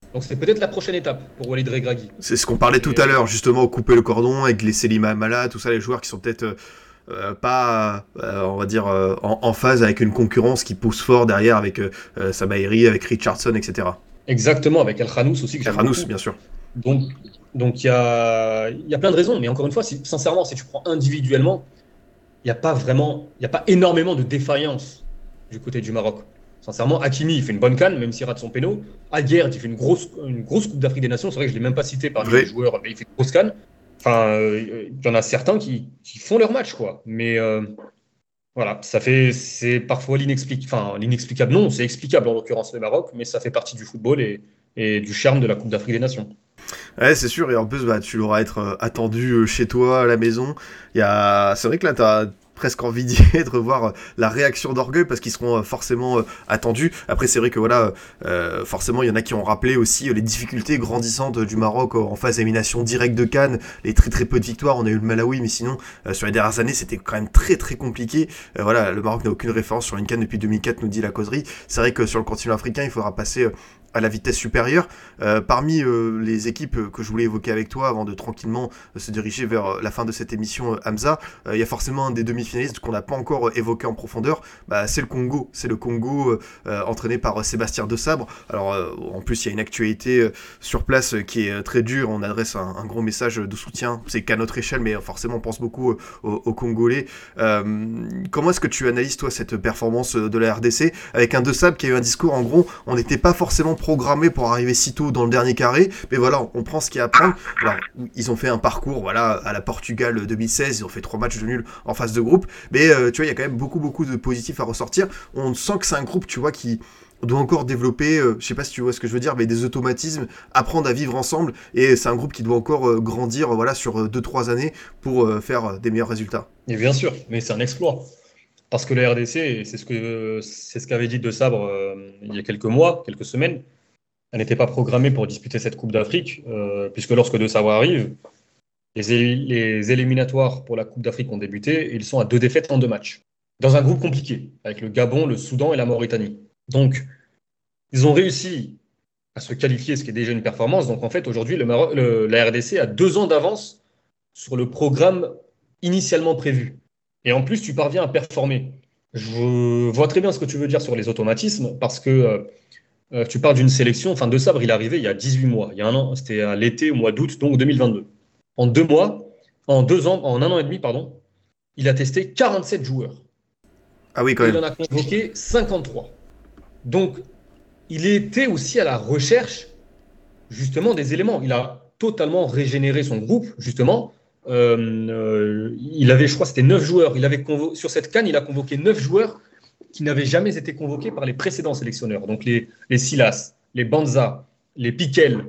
Donc c'est peut-être la prochaine étape pour Walid Regragui. C'est ce qu'on parlait tout à l'heure, justement, couper le cordon avec les Selima Amala, tout ça, les joueurs qui sont peut-être euh, euh, pas, euh, on va dire, euh, en, en phase avec une concurrence qui pousse fort derrière avec euh, euh, Sabaïri, avec Richardson, et cetera. Exactement, avec El Khanous aussi que j'aime Ranous, beaucoup. bien sûr. Donc donc il y a il y a plein de raisons, mais encore une fois, si, sincèrement, si tu prends individuellement, il n'y a pas vraiment, il y a pas énormément de défaillance du côté du Maroc. Sincèrement, Hakimi, il fait une bonne canne, même s'il rate son péno. Aguerd, il fait une grosse, une grosse Coupe d'Afrique des Nations. C'est vrai que je ne l'ai même pas cité parmi Vrai. les joueurs, mais il fait une grosse canne. Enfin, euh, il y en a certains qui, qui font leur match, quoi. Mais euh, voilà, ça fait, c'est parfois l'inexplicable. Enfin, l'inexplicable, non, c'est explicable en l'occurrence le Maroc, mais ça fait partie du football et, et du charme de la Coupe d'Afrique des Nations. Ouais, c'est sûr, et en plus, bah, tu l'auras être euh, attendu euh, chez toi, à la maison. Il y a... C'est vrai que là, t'as presque envie d'y être, voir euh, la réaction d'orgueil, parce qu'ils seront euh, forcément euh, attendus. Après, c'est vrai que voilà, euh, forcément, il y en a qui ont rappelé aussi euh, les difficultés grandissantes euh, du Maroc euh, en phase d'élimination directe de CAN, les très très peu de victoires. On a eu le Malawi, mais sinon, euh, sur les dernières années, c'était quand même très très compliqué. Euh, voilà, le Maroc n'a aucune référence sur une CAN depuis deux mille quatre, nous dit la causerie. C'est vrai que sur le continent africain, il faudra passer euh, à la vitesse supérieure. Euh, parmi euh, les équipes que je voulais évoquer avec toi avant de tranquillement euh, se diriger vers euh, la fin de cette émission, euh, Hamza, il euh, y a forcément un des demi-finalistes qu'on n'a pas encore euh, évoqué en profondeur, bah, c'est le Congo. C'est le Congo euh, euh, entraîné par euh, Sébastien Desabre. Alors euh, en plus il y a une actualité euh, sur place euh, qui est euh, très dure, on adresse un, un gros message de soutien, c'est qu'à notre échelle, mais forcément on pense beaucoup euh, aux, aux Congolais. Euh, comment est-ce que tu analyses toi cette performance de la R D C avec un Desabre qui a eu un discours en gros, on n'était pas forcément programmé pour arriver si tôt dans le dernier carré, mais voilà, on prend ce qu'il y a à prendre. Alors, ils ont fait un parcours, voilà, à la Portugal deux mille seize, ils ont fait trois matchs de nul en phase de groupe, mais euh, tu vois, il y a quand même beaucoup, beaucoup de positifs à ressortir. On sent que c'est un groupe, tu vois, qui doit encore développer, euh, je sais pas si tu vois ce que je veux dire, mais des automatismes, apprendre à vivre ensemble, et c'est un groupe qui doit encore euh, grandir, euh, voilà, sur deux trois années pour euh, faire euh, des meilleurs résultats. Et bien sûr, mais c'est un exploit. Parce que la R D C, c'est ce que c'est ce qu'avait dit De Sabre euh, il y a quelques mois, quelques semaines. Elle n'était pas programmée pour disputer cette Coupe d'Afrique, euh, puisque lorsque De Sabre arrive, les, é- les éliminatoires pour la Coupe d'Afrique ont débuté et ils sont à deux défaites en deux matchs. Dans un groupe compliqué, avec le Gabon, le Soudan et la Mauritanie. Donc, ils ont réussi à se qualifier, ce qui est déjà une performance. Donc, en fait, aujourd'hui, le Maroc- le- la R D C a deux ans d'avance sur le programme initialement prévu. Et en plus, tu parviens à performer. Je vois très bien ce que tu veux dire sur les automatismes, parce que euh, euh, tu parles d'une sélection. Enfin, De Sabre, il est arrivé il y a dix-huit mois, il y a un an. C'était à l'été, au mois d'août, donc deux mille vingt-deux. En deux mois, en deux ans, en un an et demi, pardon, il a testé quarante-sept joueurs. Ah oui, quand Et il même. en a convoqué cinquante-trois. Donc, il était aussi à la recherche, justement, des éléments. Il a totalement régénéré son groupe, justement. Euh, euh, il avait, je crois, c'était neuf joueurs. Il avait convo- sur cette CAN, il a convoqué neuf joueurs qui n'avaient jamais été convoqués par les précédents sélectionneurs. Donc les, les Silas, les Banza, les Piquel,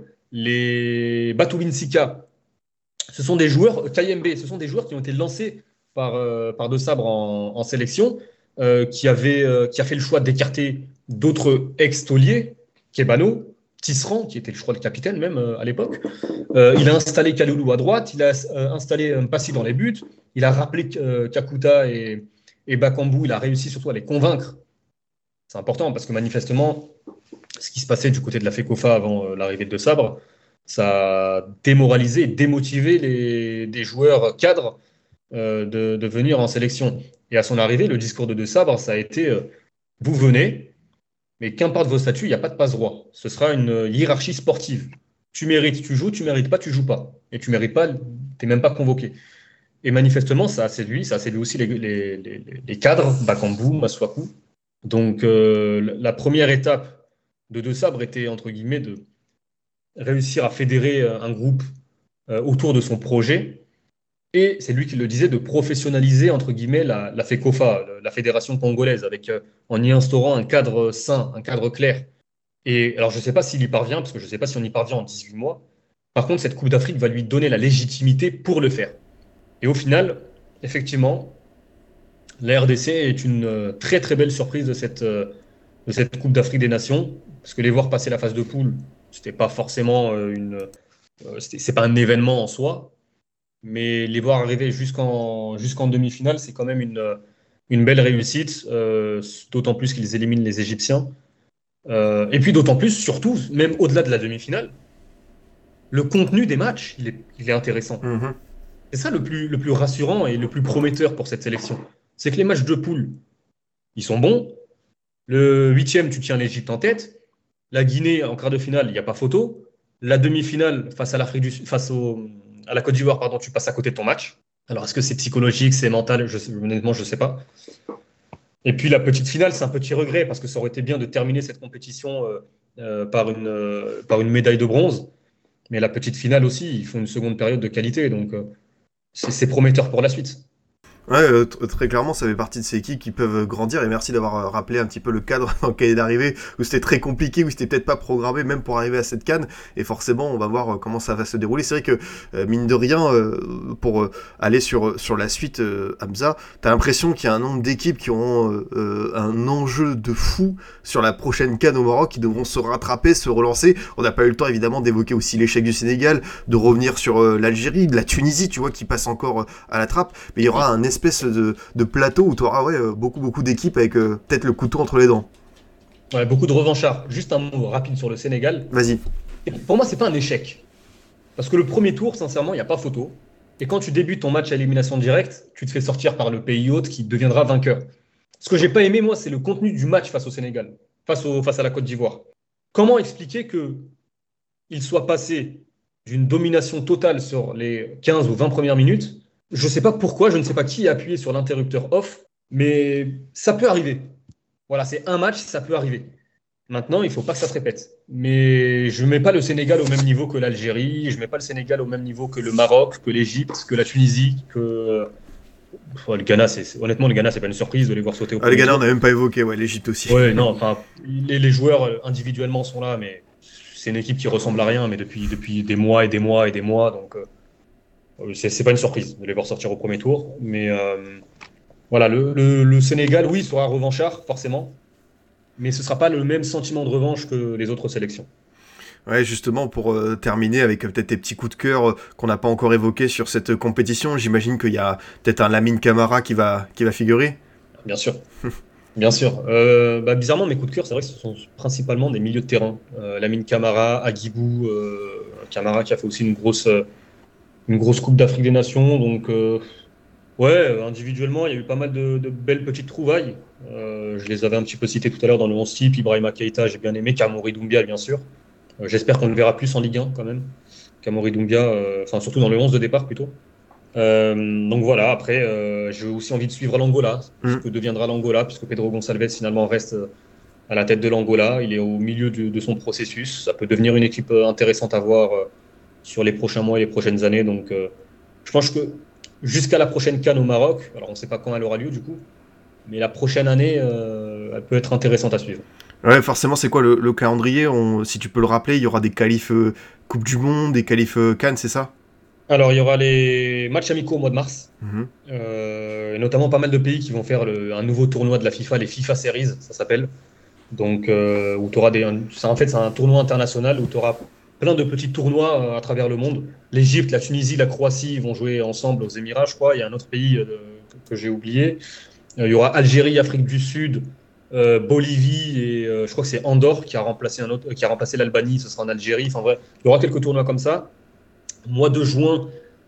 les Batoubin Sika. Ce sont des joueurs, K M B, ce sont des joueurs qui ont été lancés par, euh, par De Sabre en, en sélection, euh, qui, avait, euh, qui a fait le choix d'écarter d'autres ex-tauliers, Kebano, Tisserand, qui était, je crois, le capitaine même euh, à l'époque. Euh, il a installé Kaloulou à droite, il a euh, installé Mpassi dans les buts, il a rappelé euh, Kakuta et, et Bakambu, il a réussi surtout à les convaincre. C'est important parce que manifestement, ce qui se passait du côté de la FECOFA avant euh, l'arrivée de De Sabre, ça a démoralisé et démotivé les, des joueurs cadres euh, de, de venir en sélection. Et à son arrivée, le discours de De Sabre, ça a été euh, vous venez, mais qu'importe vos statuts, il n'y a pas de passe-droit. Ce sera une hiérarchie sportive. Tu mérites, tu joues, tu mérites pas, tu joues pas. Et tu mérites pas, tu n'es même pas convoqué. Et manifestement, ça a séduit, ça a séduit aussi les, les, les, les cadres, Bakambu, Masuaku. Donc, euh, la première étape de De Sabre était, entre guillemets, de réussir à fédérer un groupe euh, autour de son projet. Et c'est lui qui le disait, de professionnaliser, entre guillemets, la, la FECOFA, la fédération congolaise, avec, euh, en y instaurant un cadre sain, un cadre clair. Et alors, je ne sais pas s'il y parvient, parce que je ne sais pas si on y parvient en dix-huit mois. Par contre, cette Coupe d'Afrique va lui donner la légitimité pour le faire. Et au final, effectivement, la R D C est une euh, très très belle surprise de cette, euh, de cette Coupe d'Afrique des Nations, parce que les voir passer la phase de poule, c'était pas forcément euh, une, euh, c'était- c'est pas un événement en soi, mais les voir arriver jusqu'en jusqu'en demi-finale, c'est quand même une, euh, une belle réussite, euh, d'autant plus qu'ils éliminent les Égyptiens. Euh, et puis d'autant plus, surtout, même au-delà de la demi-finale, le contenu des matchs, il est, il est intéressant. Mhm. C'est ça le plus, le plus rassurant et le plus prometteur pour cette sélection. C'est que les matchs de poule, ils sont bons. Le huitième, tu tiens l'Égypte en tête. La Guinée, en quart de finale, il n'y a pas photo. La demi-finale, face à l'Afrique du Sud, face au, à la Côte d'Ivoire, pardon, tu passes à côté de ton match. Alors, est-ce que c'est psychologique, c'est mental? Je sais, honnêtement, je ne sais pas. Et puis, la petite finale, c'est un petit regret parce que ça aurait été bien de terminer cette compétition euh, euh, par, une, euh, par une médaille de bronze. Mais la petite finale aussi, ils font une seconde période de qualité. Donc, euh, c'est, c'est prometteur pour la suite. Ouais, euh, t- très clairement, ça fait partie de ces équipes qui peuvent grandir, et merci d'avoir euh, rappelé un petit peu le cadre dans lequel il est arrivé, où c'était très compliqué, où c'était peut-être pas programmé même pour arriver à cette CAN, et forcément on va voir euh, comment ça va se dérouler. C'est vrai que, euh, mine de rien, euh, pour euh, aller sur, sur la suite, euh, Hamza, t'as l'impression qu'il y a un nombre d'équipes qui auront euh, euh, un enjeu de fou sur la prochaine CAN au Maroc, qui devront se rattraper, se relancer. On n'a pas eu le temps évidemment d'évoquer aussi l'échec du Sénégal, de revenir sur euh, l'Algérie, de la Tunisie, tu vois, qui passe encore euh, à la trappe, mais il y aura un espèce de, de plateau où tu auras ouais, euh, beaucoup beaucoup d'équipes avec euh, peut-être le couteau entre les dents. Ouais, beaucoup de revanchards. Juste un mot rapide sur le Sénégal. Vas-y. Et pour moi, c'est pas un échec. Parce que le premier tour, sincèrement, il n'y a pas photo. Et quand tu débutes ton match à élimination directe, tu te fais sortir par le pays hôte qui deviendra vainqueur. Ce que j'ai pas aimé, moi, c'est le contenu du match face au Sénégal, face, au, face à la Côte d'Ivoire. Comment expliquer qu'il soit passé d'une domination totale sur les quinze ou vingt premières minutes? Je ne sais pas pourquoi, je ne sais pas qui a appuyé sur l'interrupteur off, mais ça peut arriver. Voilà, c'est un match, ça peut arriver. Maintenant, il ne faut pas que ça se répète. Mais je ne mets pas le Sénégal au même niveau que l'Algérie, je ne mets pas le Sénégal au même niveau que le Maroc, que l'Égypte, que la Tunisie, que... Enfin, le Ghana, c'est, c'est... honnêtement, le Ghana, c'est pas une surprise de les voir sauter au Ah, les premier Ghana, on tour. n'a même pas évoqué, ouais, l'Égypte aussi. Ouais, non, enfin, les, les joueurs euh, individuellement sont là, mais c'est une équipe qui ressemble à rien, mais depuis, depuis des mois et des mois et des mois, donc euh, c'est, c'est pas une surprise de les voir sortir au premier tour. Mais euh, voilà, le, le, le Sénégal, oui, sera revanchard, forcément, mais ce sera pas le même sentiment de revanche que les autres sélections. Ouais, justement, pour euh, terminer avec euh, peut-être tes petits coups de cœur euh, qu'on n'a pas encore évoqués sur cette euh, compétition, j'imagine qu'il y a peut-être un Lamine Camara qui va, qui va figurer. Bien sûr. Bien sûr. Euh, bah, bizarrement, mes coups de cœur, c'est vrai que ce sont principalement des milieux de terrain. Euh, Lamine Camara, Agibou, euh, Camara qui a fait aussi une grosse, euh, une grosse Coupe d'Afrique des Nations. Donc, euh, ouais, individuellement, il y a eu pas mal de, de belles petites trouvailles. Euh, je les avais un petit peu citées tout à l'heure dans le onze type. Ibrahima Keïta, j'ai bien aimé. Kamori Doumbia, bien sûr. Euh, j'espère qu'on le verra plus en Ligue un quand même. Kamori Doumbia, euh, enfin surtout dans le onze de départ plutôt. Euh, donc voilà, après, euh, j'ai aussi envie de suivre l'Angola, ce Mm. que deviendra l'Angola, puisque Pedro Gonçalves finalement reste à la tête de l'Angola. Il est au milieu de, de son processus. Ça peut devenir une équipe intéressante à voir euh, sur les prochains mois et les prochaines années. Donc euh, je pense que jusqu'à la prochaine CAN au Maroc, alors on ne sait pas quand elle aura lieu du coup, mais la prochaine année, euh, elle peut être intéressante à suivre. Ouais, forcément, c'est quoi le, le calendrier? On, si tu peux le rappeler, il y aura des qualifs euh, Coupe du Monde, des qualifs euh, Cannes, c'est ça? Alors il y aura les matchs amicaux au mois de mars. Mhm. Euh, et notamment pas mal de pays qui vont faire le- un nouveau tournoi de la FIFA, les FIFA Series, ça s'appelle. Donc, euh, où tu auras des. un- c'est- en fait, c'est un tournoi international où tu auras plein de petits tournois euh, à travers le monde. L'Égypte, la Tunisie, la Croatie vont jouer ensemble aux Émirats, je crois. Il y a un autre pays euh, de- que, que j'ai oublié. Euh, il y aura Algérie, Afrique du Sud, euh, Bolivie et euh, je crois que c'est Andorre qui a remplacé un autre, qui a remplacé l'Albanie. Ce sera en Algérie. Enfin bref, il y aura quelques tournois comme ça. Mois de juin,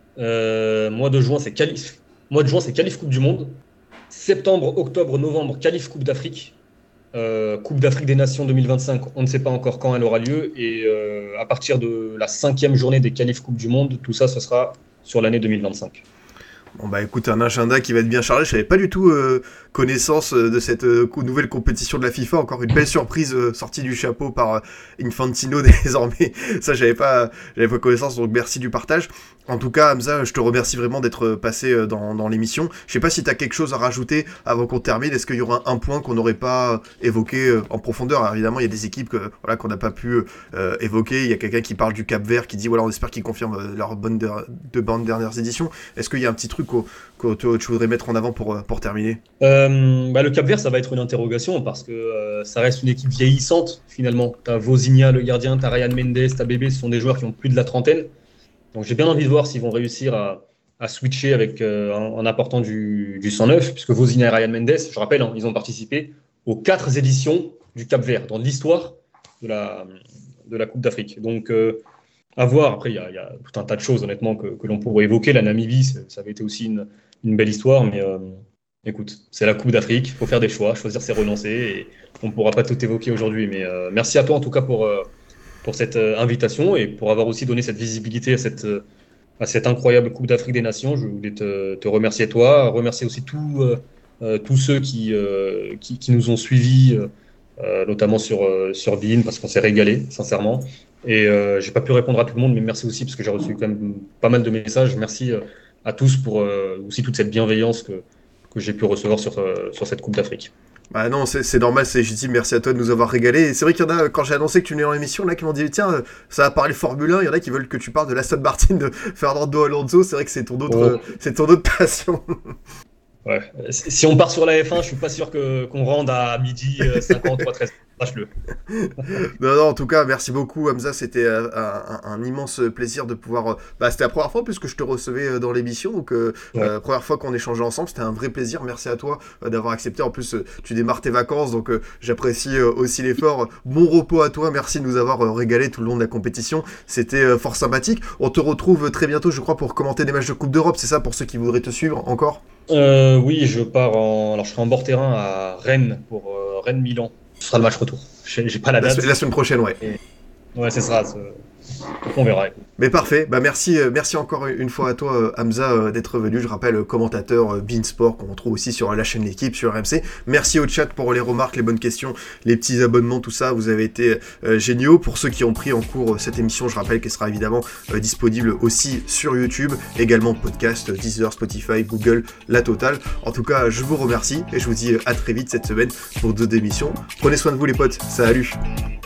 euh, mois de juin, c'est qualif. Mois de juin, c'est qualif Coupe du Monde. Septembre, octobre, novembre, qualif Coupe d'Afrique. Euh, Coupe d'Afrique des Nations deux mille vingt-cinq, on ne sait pas encore quand elle aura lieu. Et euh, à partir de la cinquième journée des qualifs Coupe du Monde, tout ça, ce sera sur l'année deux mille vingt-cinq. Bon bah écoute, un agenda qui va être bien chargé. Je n'avais pas du tout euh, connaissance euh, de cette euh, co- nouvelle compétition de la FIFA. Encore une belle surprise euh, sortie du chapeau par euh, Infantino désormais. Ça, j'avais pas, j'avais pas connaissance. Donc merci du partage. En tout cas, Hamza, je te remercie vraiment d'être passé euh, dans, dans l'émission. Je sais pas si tu as quelque chose à rajouter avant qu'on termine. Est-ce qu'il y aura un point qu'on n'aurait pas évoqué euh, en profondeur? Alors, évidemment, il y a des équipes que, voilà, qu'on n'a pas pu euh, évoquer. Il y a quelqu'un qui parle du Cap-Vert qui dit voilà, on espère qu'ils confirment euh, leurs bonnes de, de bonnes dernières éditions. Est-ce qu'il y a un petit truc que, que tu, tu voudrais mettre en avant pour, pour terminer? Euh, bah, le Cap-Vert, ça va être une interrogation parce que euh, ça reste une équipe vieillissante finalement. Tu as Vozinha, le gardien, tu as Ryan Mendes, tu as Bébé, ce sont des joueurs qui ont plus de la trentaine. Donc j'ai bien envie de voir s'ils vont réussir à, à switcher avec, euh, en, en apportant du, du sang neuf, puisque Vozinha et Ryan Mendes, je rappelle, hein, ils ont participé aux quatre éditions du Cap-Vert, dans l'histoire de la, de la Coupe d'Afrique. Donc, euh, à voir. Après, il y, y a tout un tas de choses, honnêtement, que, que l'on pourrait évoquer. La Namibie, ça avait été aussi une, une belle histoire, mais euh, écoute, c'est la Coupe d'Afrique, il faut faire des choix, choisir c'est renoncer, et on ne pourra pas tout évoquer aujourd'hui. Mais euh, merci à toi, en tout cas, pour, euh, pour cette euh, invitation et pour avoir aussi donné cette visibilité à cette, euh, à cette incroyable Coupe d'Afrique des Nations. Je voulais te, te remercier, toi, remercier aussi tout, euh, euh, tous ceux qui, euh, qui, qui nous ont suivis, euh, notamment sur, euh, sur Bein, parce qu'on s'est régalé, sincèrement. Et euh, j'ai pas pu répondre à tout le monde, mais merci aussi, parce que j'ai reçu quand même pas mal de messages. Merci euh, à tous pour euh, aussi toute cette bienveillance que, que j'ai pu recevoir sur, euh, sur cette Coupe d'Afrique. Bah non, c'est, c'est normal, c'est légitime, merci à toi de nous avoir régalé. Et c'est vrai qu'il y en a, quand j'ai annoncé que tu venais dans l'émission, là, qui m'ont dit, tiens, ça va parler Formule un, il y en a qui veulent que tu parles de l'Aston Martin de Fernando Alonso, c'est vrai que c'est ton autre, oh. c'est ton autre passion. Ouais. Si on part sur la F un, je suis pas sûr que, qu'on rende à midi cinquante-trois treize. Lâche-le. non, non, en tout cas, merci beaucoup, Hamza. C'était un, un, un immense plaisir de pouvoir. Bah, c'était la première fois puisque je te recevais dans l'émission, donc euh, ouais. euh, première fois qu'on échangeait ensemble. C'était un vrai plaisir. Merci à toi euh, d'avoir accepté. En plus, euh, tu démarres tes vacances, donc euh, j'apprécie euh, aussi l'effort. Bon repos à toi. Merci de nous avoir euh, régalé tout le long de la compétition. C'était euh, fort sympathique. On te retrouve très bientôt, je crois, pour commenter des matchs de Coupe d'Europe. C'est ça, pour ceux qui voudraient te suivre encore. Euh, oui, je pars en. Alors, je serai en bord terrain à Rennes pour euh, Rennes-Milan. Ce sera le match retour. J'ai, j'ai pas la date. La, la semaine prochaine, ouais. Et... Ouais, c'est ça. C'est... On verra. Mais parfait. Bah merci, euh, merci encore une fois à toi, euh, Hamza, euh, d'être venu. Je rappelle, euh, commentateur euh, Bein Sport qu'on retrouve aussi sur la chaîne L'équipe, sur R M C. Merci au chat pour les remarques, les bonnes questions, les petits abonnements, tout ça. Vous avez été euh, géniaux. Pour ceux qui ont pris en cours euh, cette émission, je rappelle qu'elle sera évidemment euh, disponible aussi sur YouTube, également podcast, euh, Deezer, Spotify, Google, la totale. En tout cas, je vous remercie et je vous dis euh, à très vite cette semaine pour d'autres émissions. Prenez soin de vous les potes. Salut.